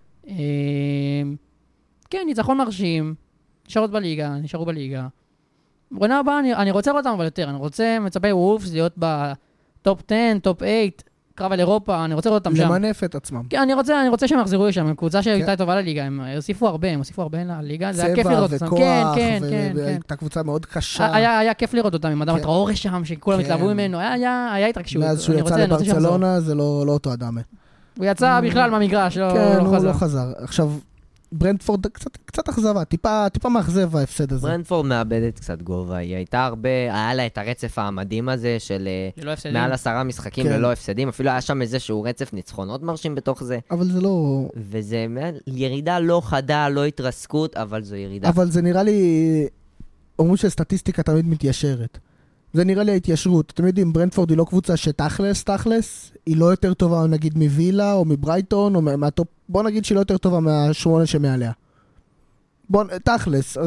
[SPEAKER 3] כן, ניצחון מרשים, נשארו בליגה. בעונה הבאה אני רוצה לראות אותם אבל יותר, אני מצפה וולפס להיות בטופ 10, טופ 8, קרב על אירופה, אני רוצה לראות אותם שם.
[SPEAKER 1] למנף את עצמם.
[SPEAKER 3] כן, אני רוצה שהם יחזרו לשם, הם קבוצה שהייתה טובה לליגה, הם הוסיפו הרבה לליגה, זה היה כיף לראות אותם.
[SPEAKER 1] צבע וכוח, והייתה קבוצה מאוד קשה.
[SPEAKER 3] היה כיף לראות אותם, עם אדם טראורי שם, שכולם התלהבו ממנו, היה התרגשות.
[SPEAKER 1] מאז שהוא יצא לברצלונה, זה לא אותו אדם.
[SPEAKER 3] הוא יצא בכלל מהמגרש,
[SPEAKER 1] לא חזר. עכשיו, ברנטפורד קצת אכזבה, טיפה מאכזב ההפסד הזה.
[SPEAKER 4] ברנטפורד מאבדת קצת גובה, היא הייתה היה לה את הרצף המדהים הזה של מעל 10 משחקים ללא הפסדים, אפילו היה שם איזשהו רצף ניצחונות מרשים בתוך זה.
[SPEAKER 1] אבל זה לא...
[SPEAKER 4] וזה ירידה לא חדה, לא התרסקות, אבל זו ירידה.
[SPEAKER 1] אבל זה נראה לי... אומרים שסטטיסטיקה תמיד מתיישרת. זה נראה לי ההתיישרות. אתם יודעים, ברנטפורד היא לא קבוצה שתכלס, היא לא יותר טובה נגיד מווילה או מברייטון או מהטופ, בוא נגיד שהיא לא יותר טובה מה8 שמעליה. תכלס, אז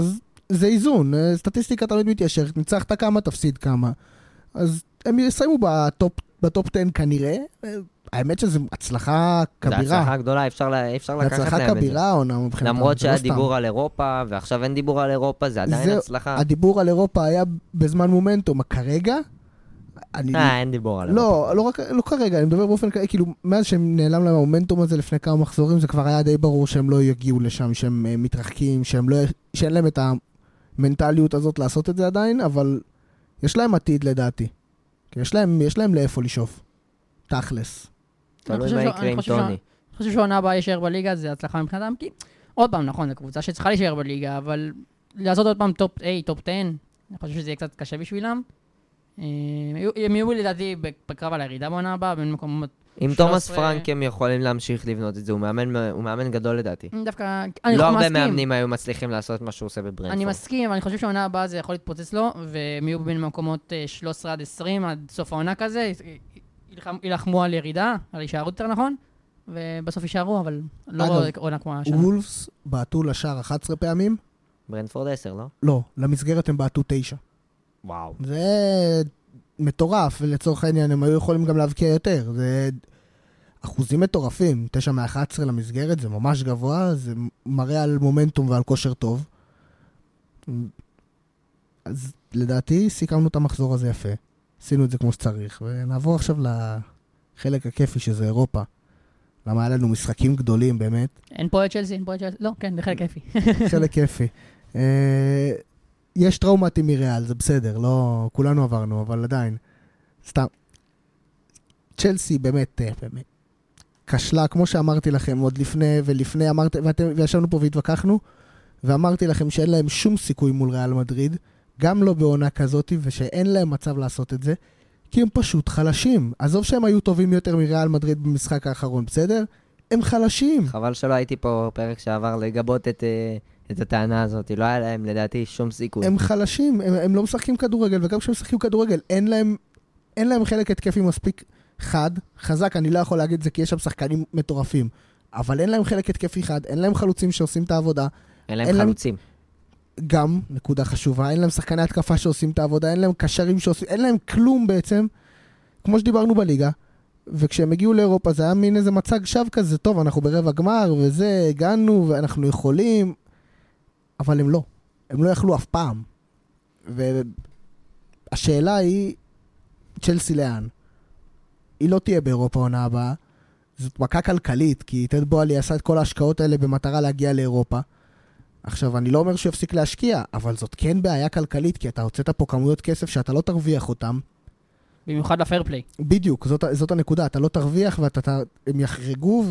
[SPEAKER 1] זה איזון, סטטיסטיקה תמיד מתיישרת, ניצחת כמה, תפסיד כמה. אז הם יסיימו בטופ 10 כנראה, האמת שזו הצלחה כבירה.
[SPEAKER 4] זו הצלחה גדולה, אפשר לקחת להם את זה.
[SPEAKER 1] הצלחה כבירה, עונה מבחינתם.
[SPEAKER 4] למרות שהיה דיבור על אירופה, ועכשיו אין דיבור על אירופה, זה עדיין הצלחה.
[SPEAKER 1] הדיבור על אירופה היה בזמן מומנטום, כרגע...
[SPEAKER 4] אין דיבור על אירופה.
[SPEAKER 1] לא כרגע, אני מדבר באופן כרגע, כאילו, מאז שהם נעלם להם המומנטום הזה לפני כמה מחזורים, זה כבר היה די ברור שהם לא יגיעו לשם, שהם מתרחקים, שאין להם את המנטליות הזאת לעשות את זה עדיין, אבל יש להם עתיד לדעתי. יש להם לאיפה לשאוף. תכלס.
[SPEAKER 4] תלוי מה יקרה עם טוני.
[SPEAKER 3] אני חושב שהעונה הבאה יישאר בליגה, זה הצלחה מבחינתם, כי עוד פעם, נכון, זו קבוצה שצריכה להישאר בליגה, אבל לעשות עוד פעם טופ 8, טופ 10, אני חושב שזה יהיה קצת קשה בשבילם. הם יהיו לדעתי בקרב על הירידה בעונה הבאה, בין מקומות...
[SPEAKER 4] עם תומאס פרנק הם יכולים להמשיך לבנות את זה, הוא מאמן גדול לדעתי.
[SPEAKER 3] דווקא...
[SPEAKER 4] לא הרבה מאמנים היו מצליחים לעשות מה שהוא עושה בברנפורד.
[SPEAKER 3] אני מסכים, אבל אני חושב שהעונה הבאה זה יכול להתפוצץ לו, והם יהיו בין מקומות 13 עד 20, עד סוף העונה כזה, ילחמו על ירידה, על הישארות יותר נכון, ובסוף יישארו, אבל לא רואה עונה כמו השנה.
[SPEAKER 1] וולפס בעטו לשער 11 פעמים?
[SPEAKER 4] ברנפורד 10, לא?
[SPEAKER 1] לא, למסגרת הם בעטו 9.
[SPEAKER 4] וואו.
[SPEAKER 1] זה מטורף, ולצורך העניין הם היו יכולים גם להבקיע יותר. זה אחוזים מטורפים, 9 מ-11 למסגרת, זה ממש גבוה, זה מראה על מומנטום ועל כושר טוב. אז לדעתי סיכמנו את המחזור הזה יפה. עשינו את זה כמו שצריך, ונעבור עכשיו לחלק הכיפי שזה אירופה. למה היה לנו משחקים גדולים באמת.
[SPEAKER 3] אין פה את צ'לסי, לא, כן, זה חלק כיפי.
[SPEAKER 1] חלק כיפי. יש טראומטים מריאל, זה בסדר, לא, כולנו עברנו, אבל עדיין. סתם. צ'לסי באמת, כשלה, כמו שאמרתי לכם, עוד לפני, וישבנו פה והתווכחנו, ואמרתי לכם שאין להם שום סיכוי מול ריאל מדריד, גם לא בעונה כזאת, ושאין להם מצב לעשות את זה, כי הם פשוט חלשים. עזוב שהם היו טובים יותר מריאל מדריד במשחק האחרון, בסדר? הם חלשים.
[SPEAKER 4] חבל שלא הייתי פה פרק שעבר לגבות את הטענה הזאת. לא היה להם, לדעתי, שום סיכוי.
[SPEAKER 1] הם חלשים, הם לא משחקים כדורגל, וגם כשהם משחקים כדורגל, אין להם חלק התקפי מספיק חזק, אני לא יכול להגיד את זה כי יש שם שחקנים מטורפים, אבל אין להם חלק התקפי חד, אין להם חלוצים שעושים את העבודה.
[SPEAKER 4] אין להם חלוצים.
[SPEAKER 1] גם, נקודה חשובה, אין להם שחקני התקפה שעושים את העבודה, אין להם קשרים שעושים, אין להם כלום בעצם, כמו שדיברנו בליגה, וכשהם הגיעו לאירופה זה היה מין איזה מצג שווא כזה, טוב, אנחנו ברבע גמר, וזה, הגענו, ואנחנו יכולים, אבל הם לא יכלו אף פעם. והשאלה היא, צ'לסי לאן? היא לא תהיה באירופה עונה הבאה, זאת מכה כלכלית, כי טד בועלי עשה את כל ההשקעות האלה במטרה להגיע לאירופה. עכשיו, אני לא אומר שהוא יפסיק להשקיע, אבל זאת כן בעיה כלכלית, כי אתה הוצאת פה כמויות כסף שאתה לא תרוויח אותם.
[SPEAKER 3] במיוחד לפייר פליי.
[SPEAKER 1] בדיוק, זאת הנקודה, אתה לא תרוויח הם יחרגו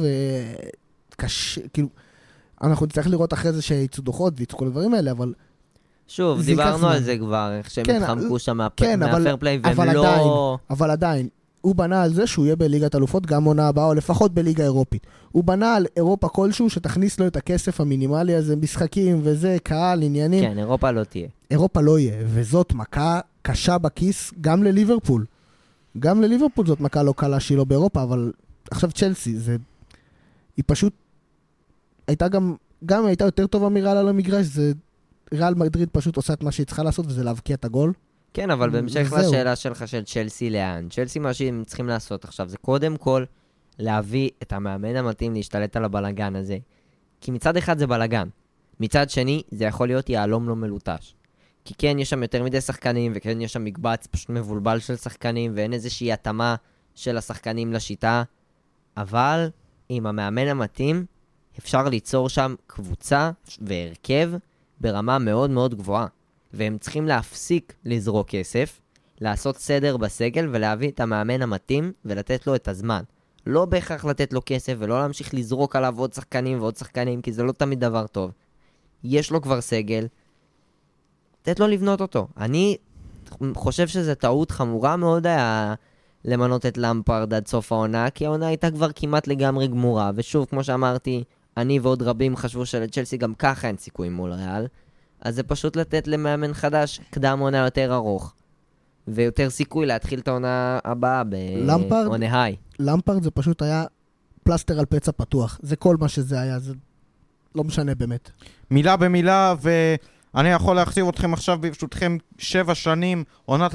[SPEAKER 1] כאילו, אנחנו נצטרך לראות אחרי זה שיצאו דוחות ויצאו כל הדברים האלה, אבל...
[SPEAKER 4] שוב, דיברנו על זה כבר, איך שהם התחמקו שם מהפייר פליי, והם לא...
[SPEAKER 1] אבל עדיין, הוא בנה על זה שהוא יהיה בליגת אלופות גם עונה הבאה, או לפחות בליגה אירופית. הוא בנה על אירופה כלשהו שתכניס לו את הכסף המינימלי הזה, משחקים וזה, קהל, עניינים.
[SPEAKER 4] כן, אירופה לא תהיה.
[SPEAKER 1] אירופה לא יהיה, וזאת מכה קשה בכיס גם לליברפול. גם לליברפול זאת מכה לא קלה שהיא לא באירופה, אבל עכשיו צ'לסי, היא פשוט הייתה גם הייתה יותר טובה מריאל על המגרש, זה ריאל מדריד פשוט עושה את מה שהיא צריכה לעשות, וזה להבקיע את הגול.
[SPEAKER 4] כן, אבל בהמשך לשאלה שלך של צ'לסי לאן, צ'לסי מה שהם צריכים לעשות עכשיו, זה קודם כל להביא את המאמן המתאים להשתלט על הבלגן הזה. כי מצד אחד זה בלגן, מצד שני זה יכול להיות יעלום לא מלוטש. כי כן, יש שם יותר מדי שחקנים, וכן יש שם מקבץ פשוט מבולבל של שחקנים, ואין איזושהי התאמה של השחקנים לשיטה, אבל עם המאמן המתאים, אפשר ליצור שם קבוצה והרכב ברמה מאוד מאוד גבוהה. והם צריכים להפסיק לזרוק כסף, לעשות סדר בסגל ולהביא את המאמן המתאים ולתת לו את הזמן. לא בהכרח לתת לו כסף ולא להמשיך לזרוק עליו עוד שחקנים ועוד שחקנים, כי זה לא תמיד דבר טוב. יש לו כבר סגל, לתת לו לבנות אותו. אני חושב שזה טעות חמורה מאוד היה למנות את למפרד עד סוף העונה, כי העונה הייתה כבר כמעט לגמרי גמורה, ושוב, כמו שאמרתי, אני ועוד רבים חשבו שלצ'לסי גם ככה אין סיכוי מול ריאל, אז זה פשוט לתת למאמן חדש קדם עונה יותר ארוך, ויותר סיכוי להתחיל את העונה הבאה בעונה היי.
[SPEAKER 1] למפרד זה פשוט היה פלסטר על פצע פתוח, זה כל מה שזה היה, זה לא משנה באמת.
[SPEAKER 2] מילה במילה, אני יכול להחזיר אתכם עכשיו ברשותכם 7 שנים, עונת 2015-16,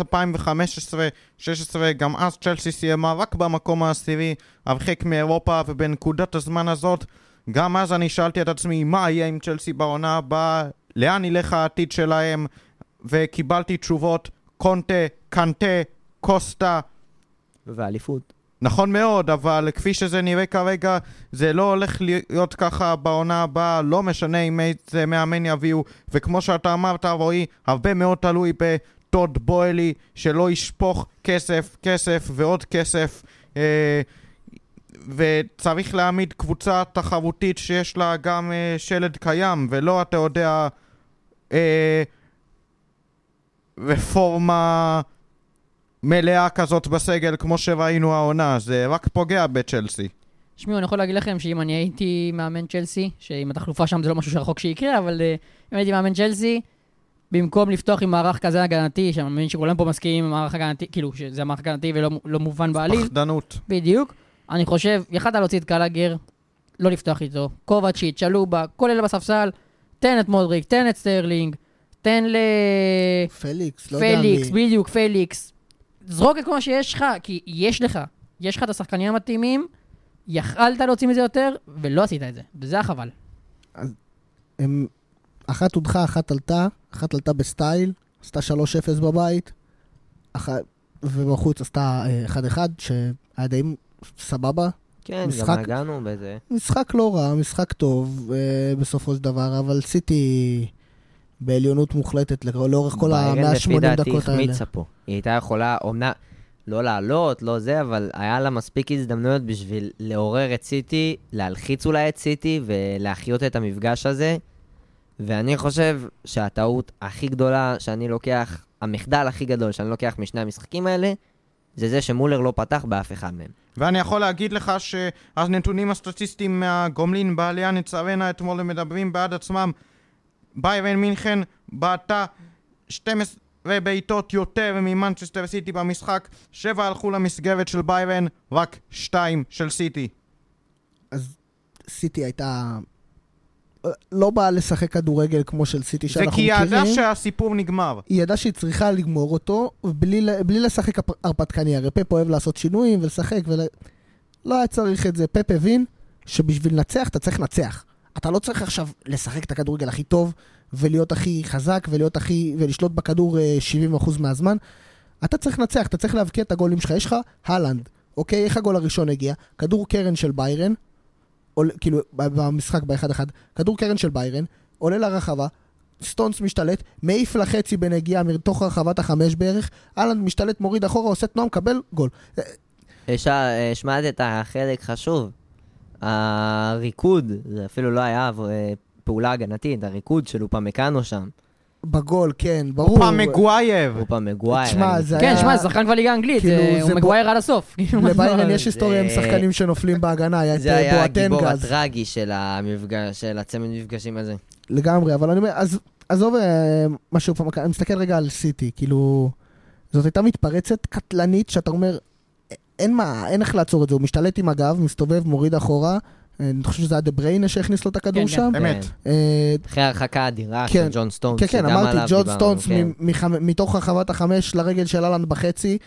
[SPEAKER 2] גם אז צ'לסי סיימה רק במקום העשירי, הרחק מאירופה, ובנקודת הזמן הזאת, גם אז אני שאלתי את עצמי מה יהיה עם צ'לסי בעונה הבאה, לאן ילך העתיד שלהם, וקיבלתי תשובות, קונטה, קנטה, קוסטה.
[SPEAKER 4] ואליפות.
[SPEAKER 2] נכון מאוד, אבל כפי שזה נראה כרגע, זה לא הולך להיות ככה בעונה הבאה, לא משנה אם איזה מאמן יביאו, וכמו שאתה אמרת, רועי, הרבה מאוד תלוי בטוד בוילי, שלא ישפוך כסף ועוד כסף, וצריך להעמיד קבוצה תחרותית שיש לה גם שלד קיים, ולא, אתה יודע, רפורמה מלאה כזאת בסגל כמו שראינו העונה. זה רק פוגע בצ'לסי.
[SPEAKER 3] שמעו, אני יכול להגיד לכם שאם אני הייתי מאמן צ'לסי, שעם התחלופה שם זה לא משהו שרחוק שיקרה, אבל אם הייתי מאמן צ'לסי, במקום לפתוח עם מערך כזה הגנתי, שאני מאמין שכולם פה מסכימים עם מערך הגנתי, כאילו שזה מערך הגנתי ולא מובן בעליל.
[SPEAKER 2] פחדנות.
[SPEAKER 3] בדיוק. אני חושב, יכלת להוציא את קלאגר, לא לפתוח איתו. קובצ'יץ', שלובה, כל אלה בספסל, תן את מודריק, תן את סטרלינג, תן
[SPEAKER 1] פליקס, לא יודע מי.
[SPEAKER 3] פליקס, בדיוק, פליקס. זרוק את כל מה שיש לך, כי יש לך את השחקנים המתאימים, יכלת להוציא מזה יותר, ולא עשית את זה. וזה החבל.
[SPEAKER 1] אחת הודחה, אחת עלתה בסטייל, עשתה 3-0 בבית, ובחוץ עשתה 1-1, שהיה די סבבה.
[SPEAKER 4] כן, גם הגענו בזה.
[SPEAKER 1] משחק לא רע, משחק טוב, בסופו של דבר, אבל סיטי בעליונות מוחלטת לאורך כל ה-180 דקות האלה.
[SPEAKER 4] לפי דעתי החמיצה פה. היא הייתה יכולה, לא לעלות, לא זה, אבל היה לה מספיק הזדמנויות בשביל לעורר את סיטי, להלחיץ אולי את סיטי ולהחיות את המפגש הזה. ואני חושב שהטעות הכי גדולה שאני לוקח, המחדל הכי גדול שאני לוקח משני המשחקים האלה, זה שמולר לא פתח באף אחד מהם.
[SPEAKER 2] ואני יכול להגיד לך שהנתונים הסטטיסטיים מהגומלין באליאנץ ארנה אתמול מדברים בעד עצמם. ביירן מינכן בעטה 12 בעיטות יותר ממנצ'סטר סיטי במשחק, 7 הלכו למסגרת של ביירן, רק 2 של סיטי.
[SPEAKER 1] אז סיטי הייתה לא באה לשחק כדורגל כמו של סיטי שאנחנו מכירים.
[SPEAKER 2] זה כי היא ידעה שהסיפור נגמר.
[SPEAKER 1] היא ידעה שהיא צריכה לגמור אותו, בלי לשחק הרפתקני. הרי פפ אוהב לעשות שינויים ולשחק, לא היה צריך את זה. פפ הבין שבשביל לנצח אתה צריך לנצח. אתה לא צריך עכשיו לשחק את הכדורגל הכי טוב, ולהיות הכי חזק, ולשלוט בכדור 70% מהזמן. אתה צריך לנצח, אתה צריך להבקיע את הגולים שלך. יש לך הלנד, אוקיי? איך הגול הראשון הגיע? כדור קרן של ביירן, כאילו במשחק ב-1-1, כדור קרן של ביירן, עולה לרחבה, סטונס משתלט, מעיף לחצי בנגיעה מתוך רחבת ה5 בערך, הלנד משתלט, מוריד אחורה, עושה תנועה, מקבל גול.
[SPEAKER 4] שמעת את החלק חשוב. הריקוד, זה אפילו לא היה פעולה הגנתית, הריקוד של אופמקאנו שם.
[SPEAKER 1] בגול, כן, ברור.
[SPEAKER 4] אופמגווייר.
[SPEAKER 3] כן, שמע, זה שחקן כבר ליגה אנגלית, הוא מגווייר עד הסוף.
[SPEAKER 1] לביירן יש היסטוריה עם שחקנים שנופלים בהגנה, היה את
[SPEAKER 4] זה היה
[SPEAKER 1] בואטנג.
[SPEAKER 4] הגיבור הטרגי של הצמד מפגשים הזה.
[SPEAKER 1] לגמרי, אבל אני אומר, עזוב משהו פעם, אני מסתכל רגע על סיטי, כאילו, זאת הייתה מתפרצת קטלנית, שאתה אומר, אין איך לעצור את זה, הוא משתלט עם הגב, מסתובב, מוריד אחורה, אני חושב שזה היה דה בריינה שהכניס לו את הכדור שם.
[SPEAKER 2] אמת.
[SPEAKER 4] אחרי הרחקה אדירה של ג'ון סטונס.
[SPEAKER 1] כן, אמרתי, ג'ון סטונס מתוך רחבת ה5 לרגל של אלנד בחצי,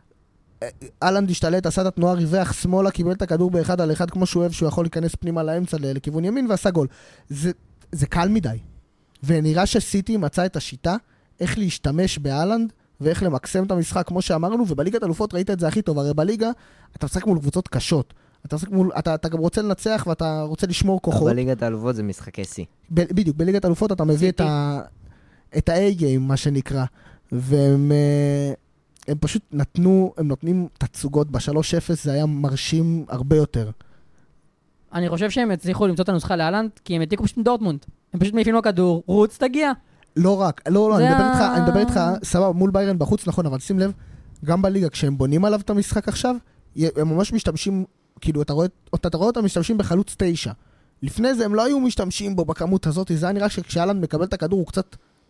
[SPEAKER 1] אלנד השתלט, עשה את התנועה, ריווח שמאלה, קיבל את הכדור באחד על אחד, כמו שהוא אוהב, שהוא יכול להיכנס פנימה לאמצע לכיוון ימין, ועשה גול. זה קל מדי. ונראה שסיטי מצא את השיטה, איך להשתמש באלנד, ואיך למקסם את המשחק, כמו שאמרנו, ובליגת אלופות ראית את זה הכי טוב. הרי בליגה, אתה משחק מול קבוצות קשות. אתה גם רוצה לנצח, ואתה רוצה לשמור כוחות.
[SPEAKER 4] בליגת האלופות זה משחקי C.
[SPEAKER 1] בדיוק, בליגת האלופות אתה מביא את ה-A-game, מה שנקרא. והם פשוט נותנים תצוגות ב-3-0, זה היה מרשים הרבה יותר.
[SPEAKER 3] אני חושב שהם הצליחו למצוא את הנוסחה לאלנד, כי הם העתיקו פשוט דורטמונד. הם פשוט מעיפים לו כדור, רוץ, תגיע.
[SPEAKER 1] לא רק, לא, אני מדבר איתך, סבבה, מול ביירן בחוץ, נכון, אבל שים לב, גם בליגה, כשהם בונים עליו את המשחק עכשיו, הם ממש משתמשים, כאילו, אתה רואה אותם משתמשים בחלוץ 9. לפני זה הם לא היו משתמשים בו בכמות הזאת, זה היה נראה שכשאלנד מקבל את הכדור, הוא קצת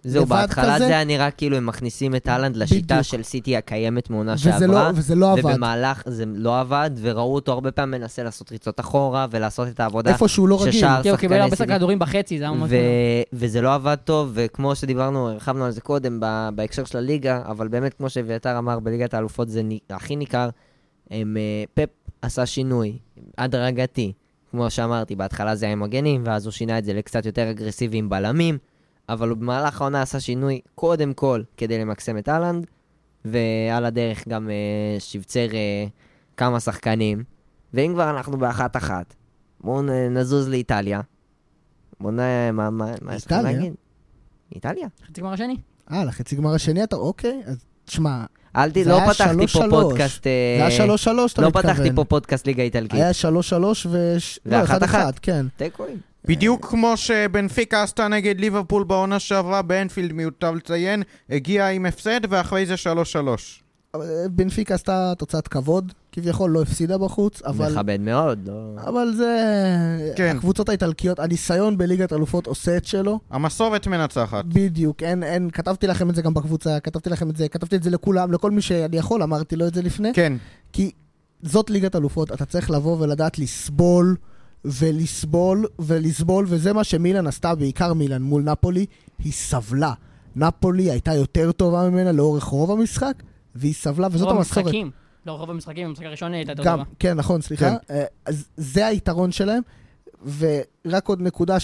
[SPEAKER 4] זהו,
[SPEAKER 1] לבד
[SPEAKER 4] בהתחלה
[SPEAKER 1] כזה.
[SPEAKER 4] זה היה נראה כאילו הם מכניסים את הלנד לשיטה
[SPEAKER 1] בדיוק.
[SPEAKER 4] של סיטי הקיימת מעונה
[SPEAKER 1] וזה
[SPEAKER 4] שעברה.
[SPEAKER 1] וזה לא עבד.
[SPEAKER 4] ובמהלך זה לא עבד, וראו אותו הרבה פעמים מנסה לעשות ריצות אחורה, ולעשות את העבודה
[SPEAKER 1] איפה שהוא לא רגיל.
[SPEAKER 4] ששאר
[SPEAKER 3] כי הוא קיבל הרבה
[SPEAKER 4] סיטי.
[SPEAKER 3] כדורים בחצי, זה היה ממש...
[SPEAKER 4] וזה לא עבד טוב, וכמו שדיברנו, הרחבנו על זה קודם בהקשר של הליגה, אבל באמת כמו שוויתר אמר, בליגת האלופות זה הכי ניכר, פפ עשה שינוי הדרגתי, כמו שאמרתי, בהתחלה זה היה עם מגנים, ואז הוא שינה את זה לקצת יותר אגרסיבי עם בלמים, אבל הוא במהלך העונה עשה שינוי קודם כל כדי למקסם את הלנד, ועל הדרך גם שבצר כמה שחקנים, ואם כבר אנחנו ב1-1, בואו נזוז לאיטליה. בואו מה יש לך להגיד? איטליה.
[SPEAKER 3] חצי גמר השני.
[SPEAKER 1] לחצי גמר השני אתה, אוקיי, אז תשמע,
[SPEAKER 4] לא פתחתי פה פודקאסט...
[SPEAKER 1] זה היה 3-3, אתה מתכוון.
[SPEAKER 4] לא פתחתי פה פודקאסט ליגה איטלקית.
[SPEAKER 1] היה 3-3 לא, 1-1, כן.
[SPEAKER 4] תיקואים.
[SPEAKER 2] בדיוק כמו שבנפיקה עשתה נגד ליברפול בעונה שעברה באנפילד, מיותר לציין, הגיעה עם הפסד ואחרי זה 3-3.
[SPEAKER 1] בנפיקה עשתה תוצאת כבוד, כביכול לא הפסידה בחוץ, אבל...
[SPEAKER 4] מכבד מאוד, לא...
[SPEAKER 1] אבל זה...
[SPEAKER 2] כן.
[SPEAKER 1] הקבוצות האיטלקיות, הניסיון בליגת אלופות עושה את שלו.
[SPEAKER 2] המסורת מנצחת.
[SPEAKER 1] בדיוק, אין, כתבתי לכם את זה גם בקבוצה, כתבתי את זה לכולם, לכל מי שאני יכול, אמרתי לו את זה לפני.
[SPEAKER 2] כן.
[SPEAKER 1] כי זאת ליגת אלופות, אתה צריך לבוא ולדעת לסבול, ולסבול, וזה מה שמילאן עשתה, בעיקר מילאן מול נפולי, היא סבלה. נפולי הייתה יותר טובה ממנה לאורך רוב המשחק, והיא סבלה, וזאת המסורת.
[SPEAKER 3] לא, רוב המשחקים, המשחק הראשון הייתה יותר
[SPEAKER 1] גם,
[SPEAKER 3] טובה.
[SPEAKER 1] כן, נכון, סליחה. אז זה היתרון שלהם, ורק עוד נקודה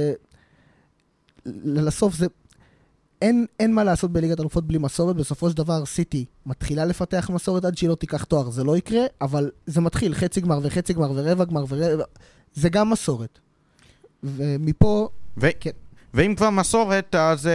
[SPEAKER 1] לסוף זה... אין מה לעשות בליגת אלופות בלי מסורת, בסופו של דבר סיטי מתחילה לפתח מסורת עד שהיא לא תיקח תואר, זה לא יקרה, אבל זה מתחיל, חצי גמר וחצי גמר ורבע גמר זה גם מסורת. ומפה... כן.
[SPEAKER 2] ואם כבר מסורת, אז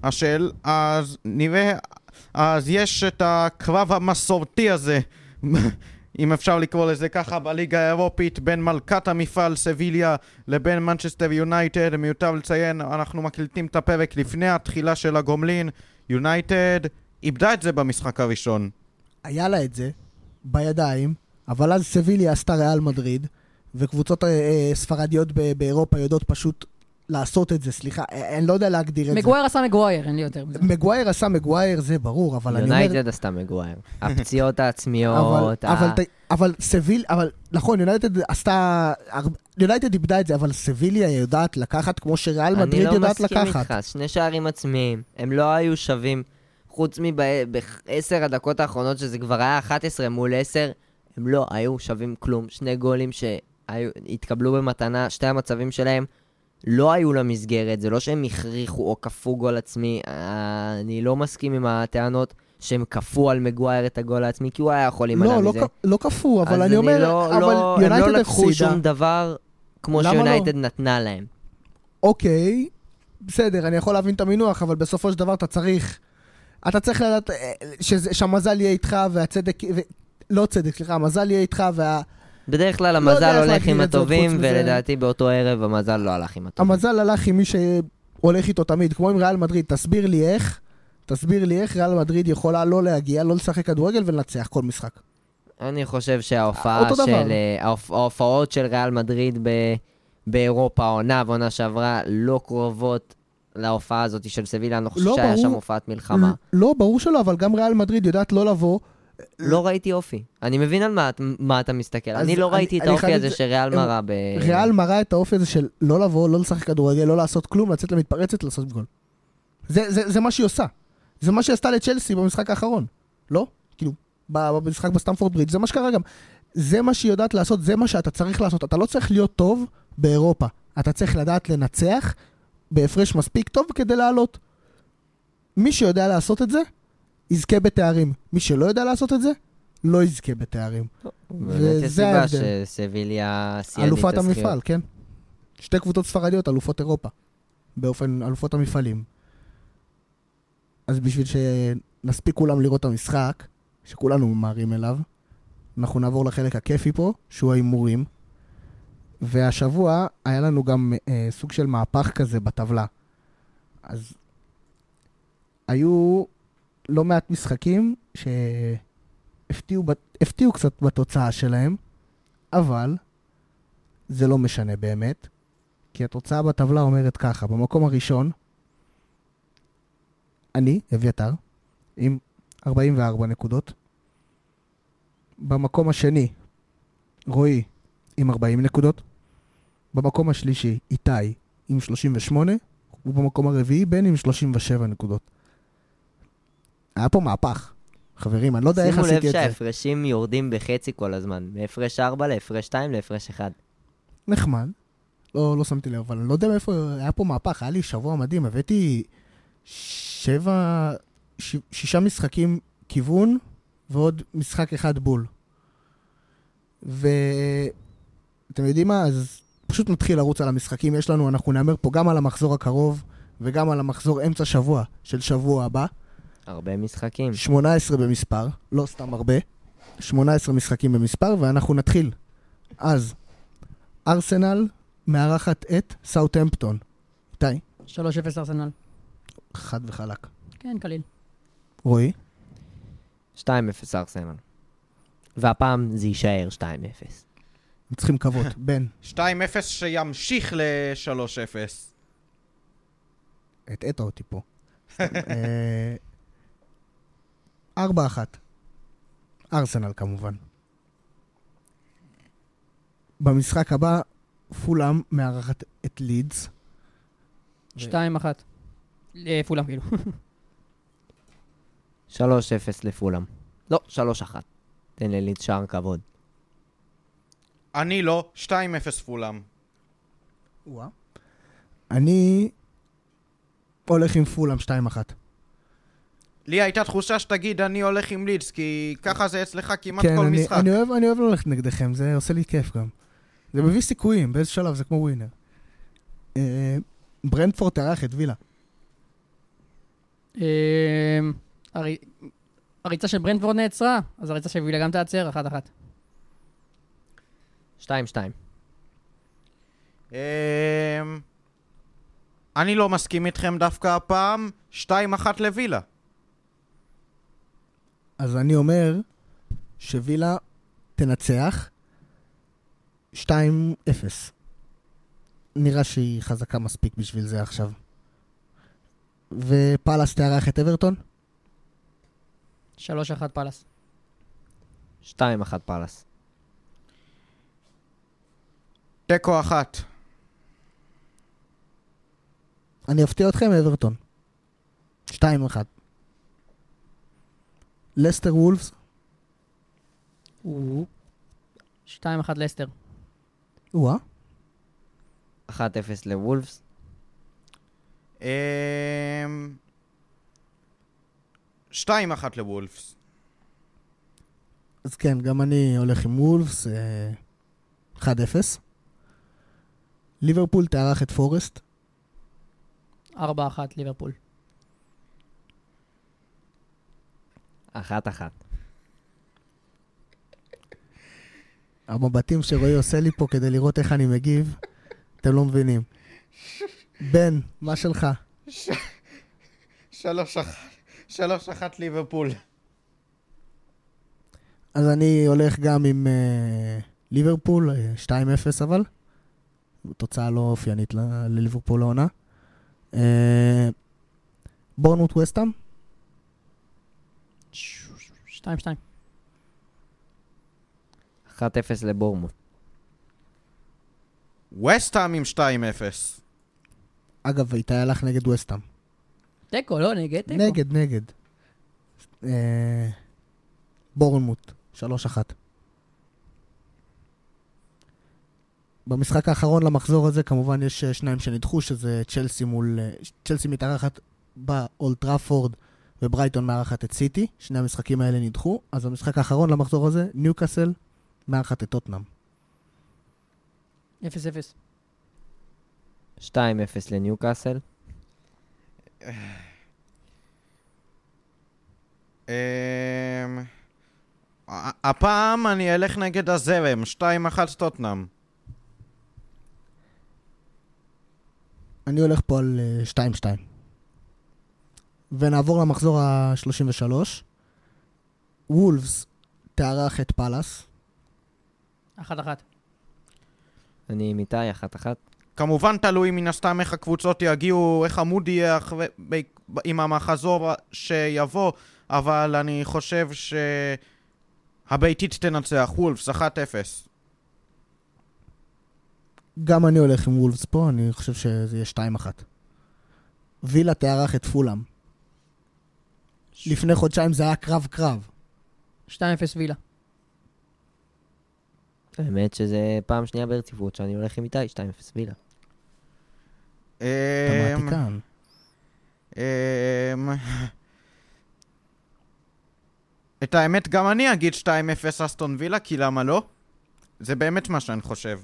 [SPEAKER 2] אז נראה, אז יש את הקרב המסורתי הזה, אם אפשר לקרוא לזה ככה, בליגה האירופית, בין מלכת המפעל סביליה לבין מנצ'סטר יונייטד. מיותר לציין, אנחנו מקליטים את הפרק לפני התחילה של הגומלין. יונייטד איבדה את זה במשחק הראשון. היה
[SPEAKER 1] לה את זה בידיים, אבל אז סביליה עשתה ריאל מדריד, וקבוצות ספרדיות באירופה יודעות פשוט לעשות את זה, סליחה, אני לא יודע להגדיר את זה.
[SPEAKER 3] מגווייר עשה מגווייר, אין לי יותר מזה.
[SPEAKER 1] מגווייר עשה מגווייר, זה ברור, אבל אני אומר...
[SPEAKER 4] יונייטד עשתה מגווייר. הפציעות העצמיות...
[SPEAKER 1] אבל סביל, אבל נכון, יונייטד איבדה את זה, אבל סביליה יודעת לקחת כמו שריאל מדריד יודעת לקחת.
[SPEAKER 4] אני לא מסכים איתך, 2 שערים עצמיים, הם לא היו שווים, חוץ ב10 הדקות האחרונות, שזה כבר היה 11 מול 10, הם לא היו שווים כלום. 2 גולים שהתקבלו במתנה, 2 המצבים שלהם, לא היו למסגרת, זה לא שהם הכריחו או כפו גול עצמי, אני לא מסכים עם הטענות שהם כפו על מגווייר את הגול העצמי, כי הוא היה יכול להימנע מזה.
[SPEAKER 1] לא כפו, אבל אני אומר, אבל יונייטד הפסידה.
[SPEAKER 4] הם לא לקחו שום דבר כמו שיונייטד נתנה להם.
[SPEAKER 1] אוקיי, בסדר, אני יכול להבין את המינוח, אבל בסופו של דבר אתה צריך לדעת שהמזל יהיה איתך והצדק, לא צדק, סליחה, המזל יהיה איתך
[SPEAKER 4] בדרך כלל המזל הולך עם הטובים, ולדעתי באותו ערב המזל לא הלך עם הטובים.
[SPEAKER 1] המזל הלך עם מי שהולך איתו תמיד, כמו עם ריאל מדריד. תסביר לי איך ריאל מדריד יכולה לא להגיע, לא לשחק כדורגל ולנצח כל משחק.
[SPEAKER 4] אני חושב שההופעות של ריאל מדריד באירופה, עונה שעברה, לא קרובות להופעה הזאת של סביליה. אני חושב שהיה שם הופעת מלחמה.
[SPEAKER 1] לא, ברור שלא, אבל גם ריאל מדריד יודעת לא לבוא.
[SPEAKER 4] לא ראיתי אופי. אני מבין על מה אתה מסתכל. אני לא ראיתי את האופי הזה שריאל מראה
[SPEAKER 1] ריאל מראה את האופי הזה של לא לבוא, לא לשחק כדורגל, לא לעשות כלום, לצאת למתפרצת, לעשות גול. זה מה שהיא עושה. זה מה שהיא עשתה לצ'לסי במשחק האחרון. לא? כאילו, במשחק בסטמפורד ברידג' זה מה שקרה גם. זה מה שהיא יודעת לעשות, זה מה שאתה צריך לעשות. אתה לא צריך להיות טוב באירופה. אתה צריך לדעת לנצח בהפרש מספיק טוב כדי לעלות. מי שיודע לעשות את זה, יזכה בתארים. מי שלא יודע לעשות את זה, לא יזכה בתארים.
[SPEAKER 4] וזה ההבדל. שסביליה סיימת את
[SPEAKER 1] אלופת המפעל, כן? 2 קבוצות ספרדיות, אלופות אירופה. באופן אלופות המפעלים. אז בשביל שנספיק כולם לראות את המשחק, שכולנו ממהרים אליו, אנחנו נעבור לחלק הכיפי פה, שהוא האימורים. והשבוע היה לנו גם סוג של מהפך כזה בטבלה. אז היו לא מעט משחקים שהפתיעו קצת בתוצאה שלהם, אבל זה לא משנה באמת, כי התוצאה בטבלה אומרת ככה, במקום הראשון, אני, אביתר, עם 44 נקודות. במקום השני, רועי, עם 40 נקודות. במקום השלישי, איתי, עם 38. ובמקום הרביעי, בן עם 37 נקודות. היה פה מהפך. חברים, אני לא יודע איך
[SPEAKER 4] שימו לב
[SPEAKER 1] עשיתי את זה.
[SPEAKER 4] שההפרשים יורדים בחצי כל הזמן. מהפרש 4 להפרש 2 להפרש 1.
[SPEAKER 1] נחמד. לא שמתי לב, אבל אני לא יודע מאיפה, היה פה מהפך, היה לי שבוע מדהים, הבאתי 6 משחקים כיוון, ועוד משחק אחד בול. ואתם יודעים מה? אז פשוט נתחיל לרוץ על המשחקים, אנחנו נאמר פה גם על המחזור הקרוב, וגם על המחזור אמצע שבוע של שבוע הבא.
[SPEAKER 4] הרבה משחקים.
[SPEAKER 1] 18 במספר, לא סתם הרבה. 18 משחקים במספר, ואנחנו נתחיל. אז, ארסנל מארחת את סאות'המפטון. איתי?
[SPEAKER 3] 3-0 ארסנל.
[SPEAKER 1] חד וחלק.
[SPEAKER 3] כן, קליל.
[SPEAKER 1] רועי?
[SPEAKER 4] 2-0 ארסנל. והפעם זה יישאר 2-0.
[SPEAKER 1] הם צריכים כבוד. בן?
[SPEAKER 2] 2-0 שימשיך ל-3-0.
[SPEAKER 1] הטעת אותי פה. 4-1. ארסנל כמובן. במשחק הבא, פולאם מארחת את לידס.
[SPEAKER 3] 2-1. פולאם כאילו.
[SPEAKER 4] 3-0 לפולאם. לא, 3-1. תן לי שער כבוד.
[SPEAKER 2] אני לא, 2-0 פולאם.
[SPEAKER 1] אני הולך עם פולאם 2-1.
[SPEAKER 2] לי הייתה תחושה שתגיד אני הולך עם לידס, כי ככה זה אצלך כמעט
[SPEAKER 1] כן,
[SPEAKER 2] כל משחק.
[SPEAKER 1] אני אוהב ללכת נגדכם, זה עושה לי כיף גם. זה מביא סיכויים, באיזה שלב זה כמו ווינר. ברנדפורד תארח את וילה.
[SPEAKER 3] הריצה של ברנדפורד נעצרה, אז הריצה של וילה גם תעצר, 1-1.
[SPEAKER 4] 2-2.
[SPEAKER 2] אני לא מסכים איתכם דווקא הפעם, 2-1 לווילה.
[SPEAKER 1] אז אני אומר שווילה תנצח 2-0. נראה שהיא חזקה מספיק בשביל זה עכשיו. ופאלאס תארח את אברטון?
[SPEAKER 3] 3-1 פלאס.
[SPEAKER 4] 2-1 פלאס.
[SPEAKER 2] תיקו 1.
[SPEAKER 1] אני אפתיע אתכם אברטון. 2-1. לסטר וולפס?
[SPEAKER 3] 2-1 לסטר.
[SPEAKER 4] 1-0 לוולפס.
[SPEAKER 2] 2-1 לוולפס.
[SPEAKER 1] אז כן, גם אני הולך עם וולפס. 1-0. ליברפול תארח את פורסט.
[SPEAKER 3] 4-1 ליברפול.
[SPEAKER 4] 1-1.
[SPEAKER 1] המבטים שרועי עושה לי פה כדי לראות איך אני מגיב, אתם לא מבינים. בן, מה שלך?
[SPEAKER 2] 3-1 ליברפול.
[SPEAKER 1] אז אני הולך גם עם ליברפול, 2-0 אבל. תוצאה לא אופיינית לליברפול העונה. בורנמוט וסטהאם?
[SPEAKER 3] 2-2.
[SPEAKER 4] 1-0 לבורנמוט.
[SPEAKER 2] וסטהאם עם 2-0.
[SPEAKER 1] אגב, איתי הלך נגד וסטהאם.
[SPEAKER 3] תיקו, לא נגד, תיקו.
[SPEAKER 1] נגד. בורנמוט, 3-1. במשחק האחרון למחזור הזה, כמובן יש שניים שנדחו, שזה צ'לסי מתארחת באולד טראפורד, וברייטון מארחת את סיטי. שני המשחקים האלה נדחו, אז במשחק האחרון למחזור הזה, ניוקאסל מארחת את טוטנהאם.
[SPEAKER 3] 0-0.
[SPEAKER 4] 2-0 לניוקאסל.
[SPEAKER 2] הפעם אני אלך נגד הזרם, 2-1 טוטנהאם.
[SPEAKER 1] אני הולך פה על 2-2. ונעבור למחזור ה-33. וולפס תארח את פאלאס.
[SPEAKER 3] 1-1.
[SPEAKER 4] אני עם איתי, 1-1.
[SPEAKER 2] כמובן תלוי מן הסתם איך הקבוצות יגיעו, איך המוד יהיה עם המחזור שיבוא, אבל אני חושב שהביתית תנצח, וולפס 1-0.
[SPEAKER 1] גם אני הולך עם וולפס פה, אני חושב שזה יהיה 2-1. וילה תארח את פולאם. לפני חודשיים זה היה קרב.
[SPEAKER 3] 2-0 וילה.
[SPEAKER 4] האמת שזה פעם שנייה ברציפות שאני הולך עם איתי, 2-0 וילה.
[SPEAKER 1] תמרתי כאן.
[SPEAKER 2] את האמת גם אני אגיד 2-0 אסטון וילה, כי למה לא? זה באמת מה שאני חושב.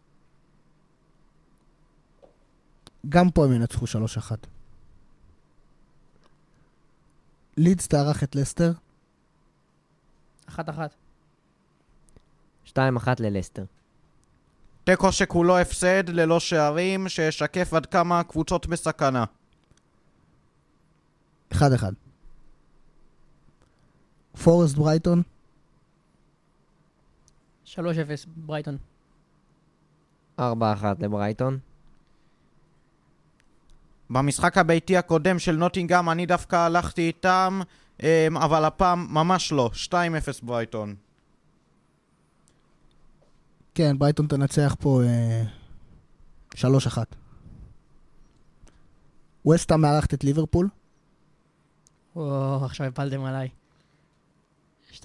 [SPEAKER 1] גם פה הם ינצחו 3-1. לידס תארח את לסטר.
[SPEAKER 3] 1-1.
[SPEAKER 4] 2-1 ללסטר.
[SPEAKER 2] תיקו שכולו הפסד ללא שערים, שישקף עד כמה קבוצות בסכנה.
[SPEAKER 1] 1-1. פורסט ברייטון.
[SPEAKER 3] 3-0 ברייטון.
[SPEAKER 4] 4-1 לברייטון.
[SPEAKER 2] במשחק הביתי הקודם של נוטינגהאם אני דווקא הלכתי איתם, אבל הפעם ממש לא. 2-0 ברייטון.
[SPEAKER 1] כן, ברייטון תנצח פה 3-1. ווסטהאם מארחת את ליברפול.
[SPEAKER 3] עכשיו הפלתם עליי. 2-2.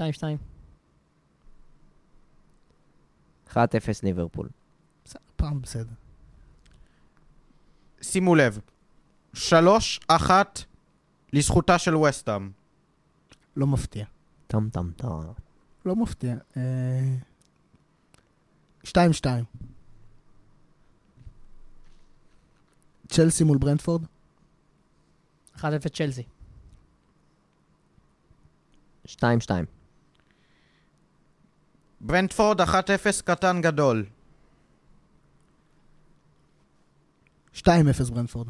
[SPEAKER 4] 1-0 ליברפול.
[SPEAKER 1] פעם בסדר.
[SPEAKER 2] שימו לב, 3-1 לזכותה של ווסטהאם.
[SPEAKER 1] לא מפתיע.
[SPEAKER 4] טם טם טם.
[SPEAKER 1] לא מפתיע. 2-2. צ'לסי מול ברנטפורד.
[SPEAKER 3] 1-0 צ'לסי.
[SPEAKER 4] 2-2.
[SPEAKER 2] ברנטפורד 1-0 קטן גדול.
[SPEAKER 1] 2-0 ברנטפורד.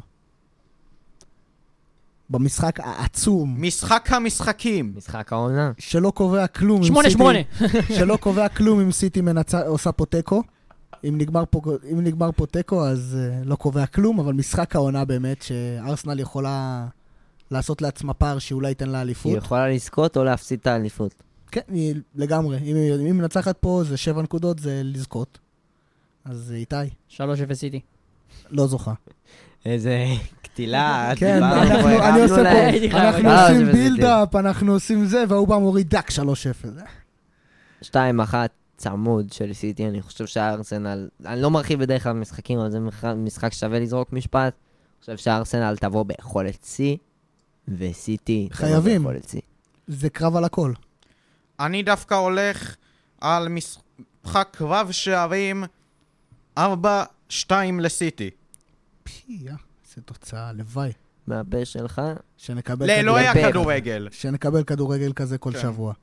[SPEAKER 1] במשחק העצום.
[SPEAKER 2] משחק המשחקים.
[SPEAKER 4] משחק העונה.
[SPEAKER 1] שלא קובע כלום.
[SPEAKER 3] 8-8.
[SPEAKER 1] שלא קובע כלום אם סיטי עושה פה טקו. אם נגמר פה טקו, אז לא קובע כלום, אבל משחק העונה באמת, שארסנל יכולה לעשות לעצמה פער שאולי ייתן לה אליפות.
[SPEAKER 4] היא יכולה לזכות או להפסיד את האליפות.
[SPEAKER 1] כן, לגמרי. אם היא מנצחת פה, זה 7 נקודות, זה לזכות. אז איתי.
[SPEAKER 3] 3-0 סיטי.
[SPEAKER 1] לא זוכה.
[SPEAKER 4] איזה קטילה.
[SPEAKER 1] כן, אנחנו עושים בילדאפ, אנחנו עושים זה, והוא בא מוריד דק 3-0.
[SPEAKER 4] 2-1 צמוד של סיטי, אני חושב שהארסנל, אני לא מרחיב בדרך כלל במשחקים, אבל זה משחק שווה לזרוק משפט. אני חושב שהארסנל תבוא ביכולת C, וסיטי תבוא ביכולת C.
[SPEAKER 1] זה קרב על הכל.
[SPEAKER 2] אני דווקא הולך על משחק רב שערים 4-2 לסיטי.
[SPEAKER 1] זה תוצאה, לוואי.
[SPEAKER 4] מהפה שלך.
[SPEAKER 2] לאלוהי הכדורגל.
[SPEAKER 1] שנקבל כדורגל כזה כל שבוע.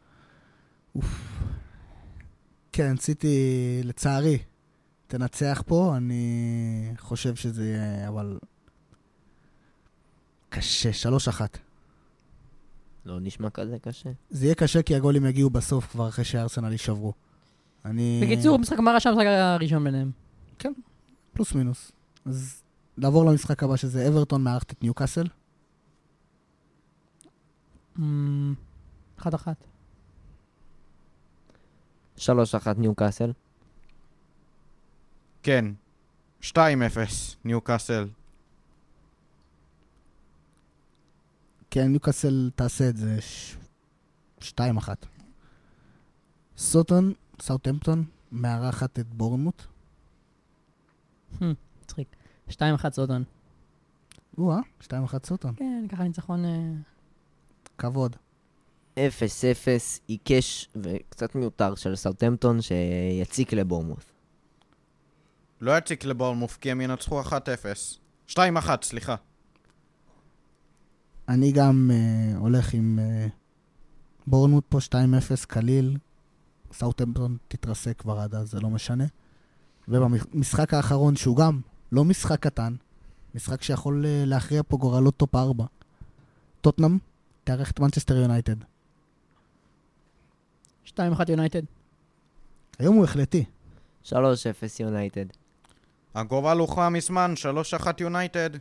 [SPEAKER 1] כן, סיטי לצערי תנצח פה, אני חושב שזה יהיה, אבל קשה, 3-1.
[SPEAKER 4] לא נשמע כזה קשה.
[SPEAKER 1] זה יהיה קשה כי הגולים יגיעו בסוף כבר אחרי שארסנל יישברו.
[SPEAKER 3] בקיצור, משחק גמר שם, משחק הראשון ביניהם.
[SPEAKER 1] כן, פלוס מינוס. אז לעבור למשחק הבא שזה אברטון מארחת את ניוקאסל.
[SPEAKER 3] 1-1.
[SPEAKER 4] 3-1 ניוקאסל.
[SPEAKER 2] כן. 2-0 ניוקאסל.
[SPEAKER 1] כן, ניוקאסל תעשה את זה 2-1. סאות'המפטון מארחת את בורנמוט.
[SPEAKER 3] מצחיק. 2-1 סוטון.
[SPEAKER 1] 2-1 סאות'המפטון.
[SPEAKER 3] כן, ככה ניצחון...
[SPEAKER 1] כבוד.
[SPEAKER 4] 0-0 עיקש וקצת מיותר של סאות'המפטון שיציק לבורנמות'.
[SPEAKER 2] לא יציק לבורנמות' כי הם ינצחו 1-0. 2-1, סליחה.
[SPEAKER 1] אני גם הולך עם בורנמות' פה 2-0 קליל. סאות'המפטון תתרסק כבר עד אז, זה לא משנה. ובמשחק האחרון, שהוא גם לא משחק קטן, משחק שיכול להכריע פה גורלות טופ 4. טוטנאם תארח את מנצ'סטר יונייטד.
[SPEAKER 3] 2-1 יונייטד.
[SPEAKER 1] היום הוא החלטי.
[SPEAKER 4] 3-0 יונייטד.
[SPEAKER 2] הגורל הוכרע מזמן, 3-1 יונייטד.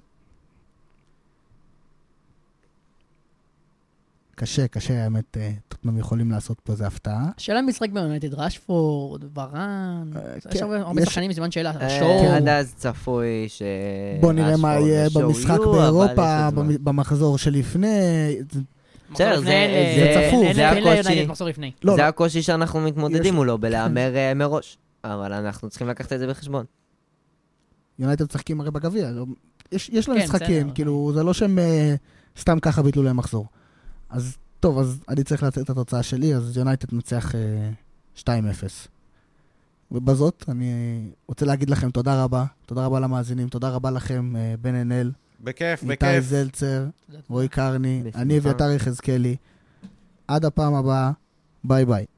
[SPEAKER 1] קשה, האמת, טוטנהאם יכולים לעשות פה איזה הפתעה.
[SPEAKER 3] שאלה משחק ביונייטד, רשפורד, ורן, יש הרבה שחקנים מזמן שאלה,
[SPEAKER 4] עד אז צפוי ש...
[SPEAKER 1] בוא נראה מה יהיה במשחק באירופה, במחזור שלפני.
[SPEAKER 4] בסדר,
[SPEAKER 1] זה צפוף.
[SPEAKER 4] זה הקושי שאנחנו מתמודדים מולו, בלאמר מראש. אבל אנחנו צריכים לקחת את זה בחשבון.
[SPEAKER 1] יונייטד משחקים הרי בגביע, יש להם משחקים, כאילו, זה לא שהם סתם ככה ביטלו להם מחזור. אז טוב, אז אני צריך להציג את התוצאה שלי, אז יונייטד נצח 2-0. ובזאת אני רוצה להגיד לכם תודה רבה למאזינים, תודה רבה לכם, בן ענל,
[SPEAKER 2] בכיף.
[SPEAKER 1] איתי זלצר, רועי קרני, אני אביתר יחזקאלי. עד הפעם הבאה, ביי ביי.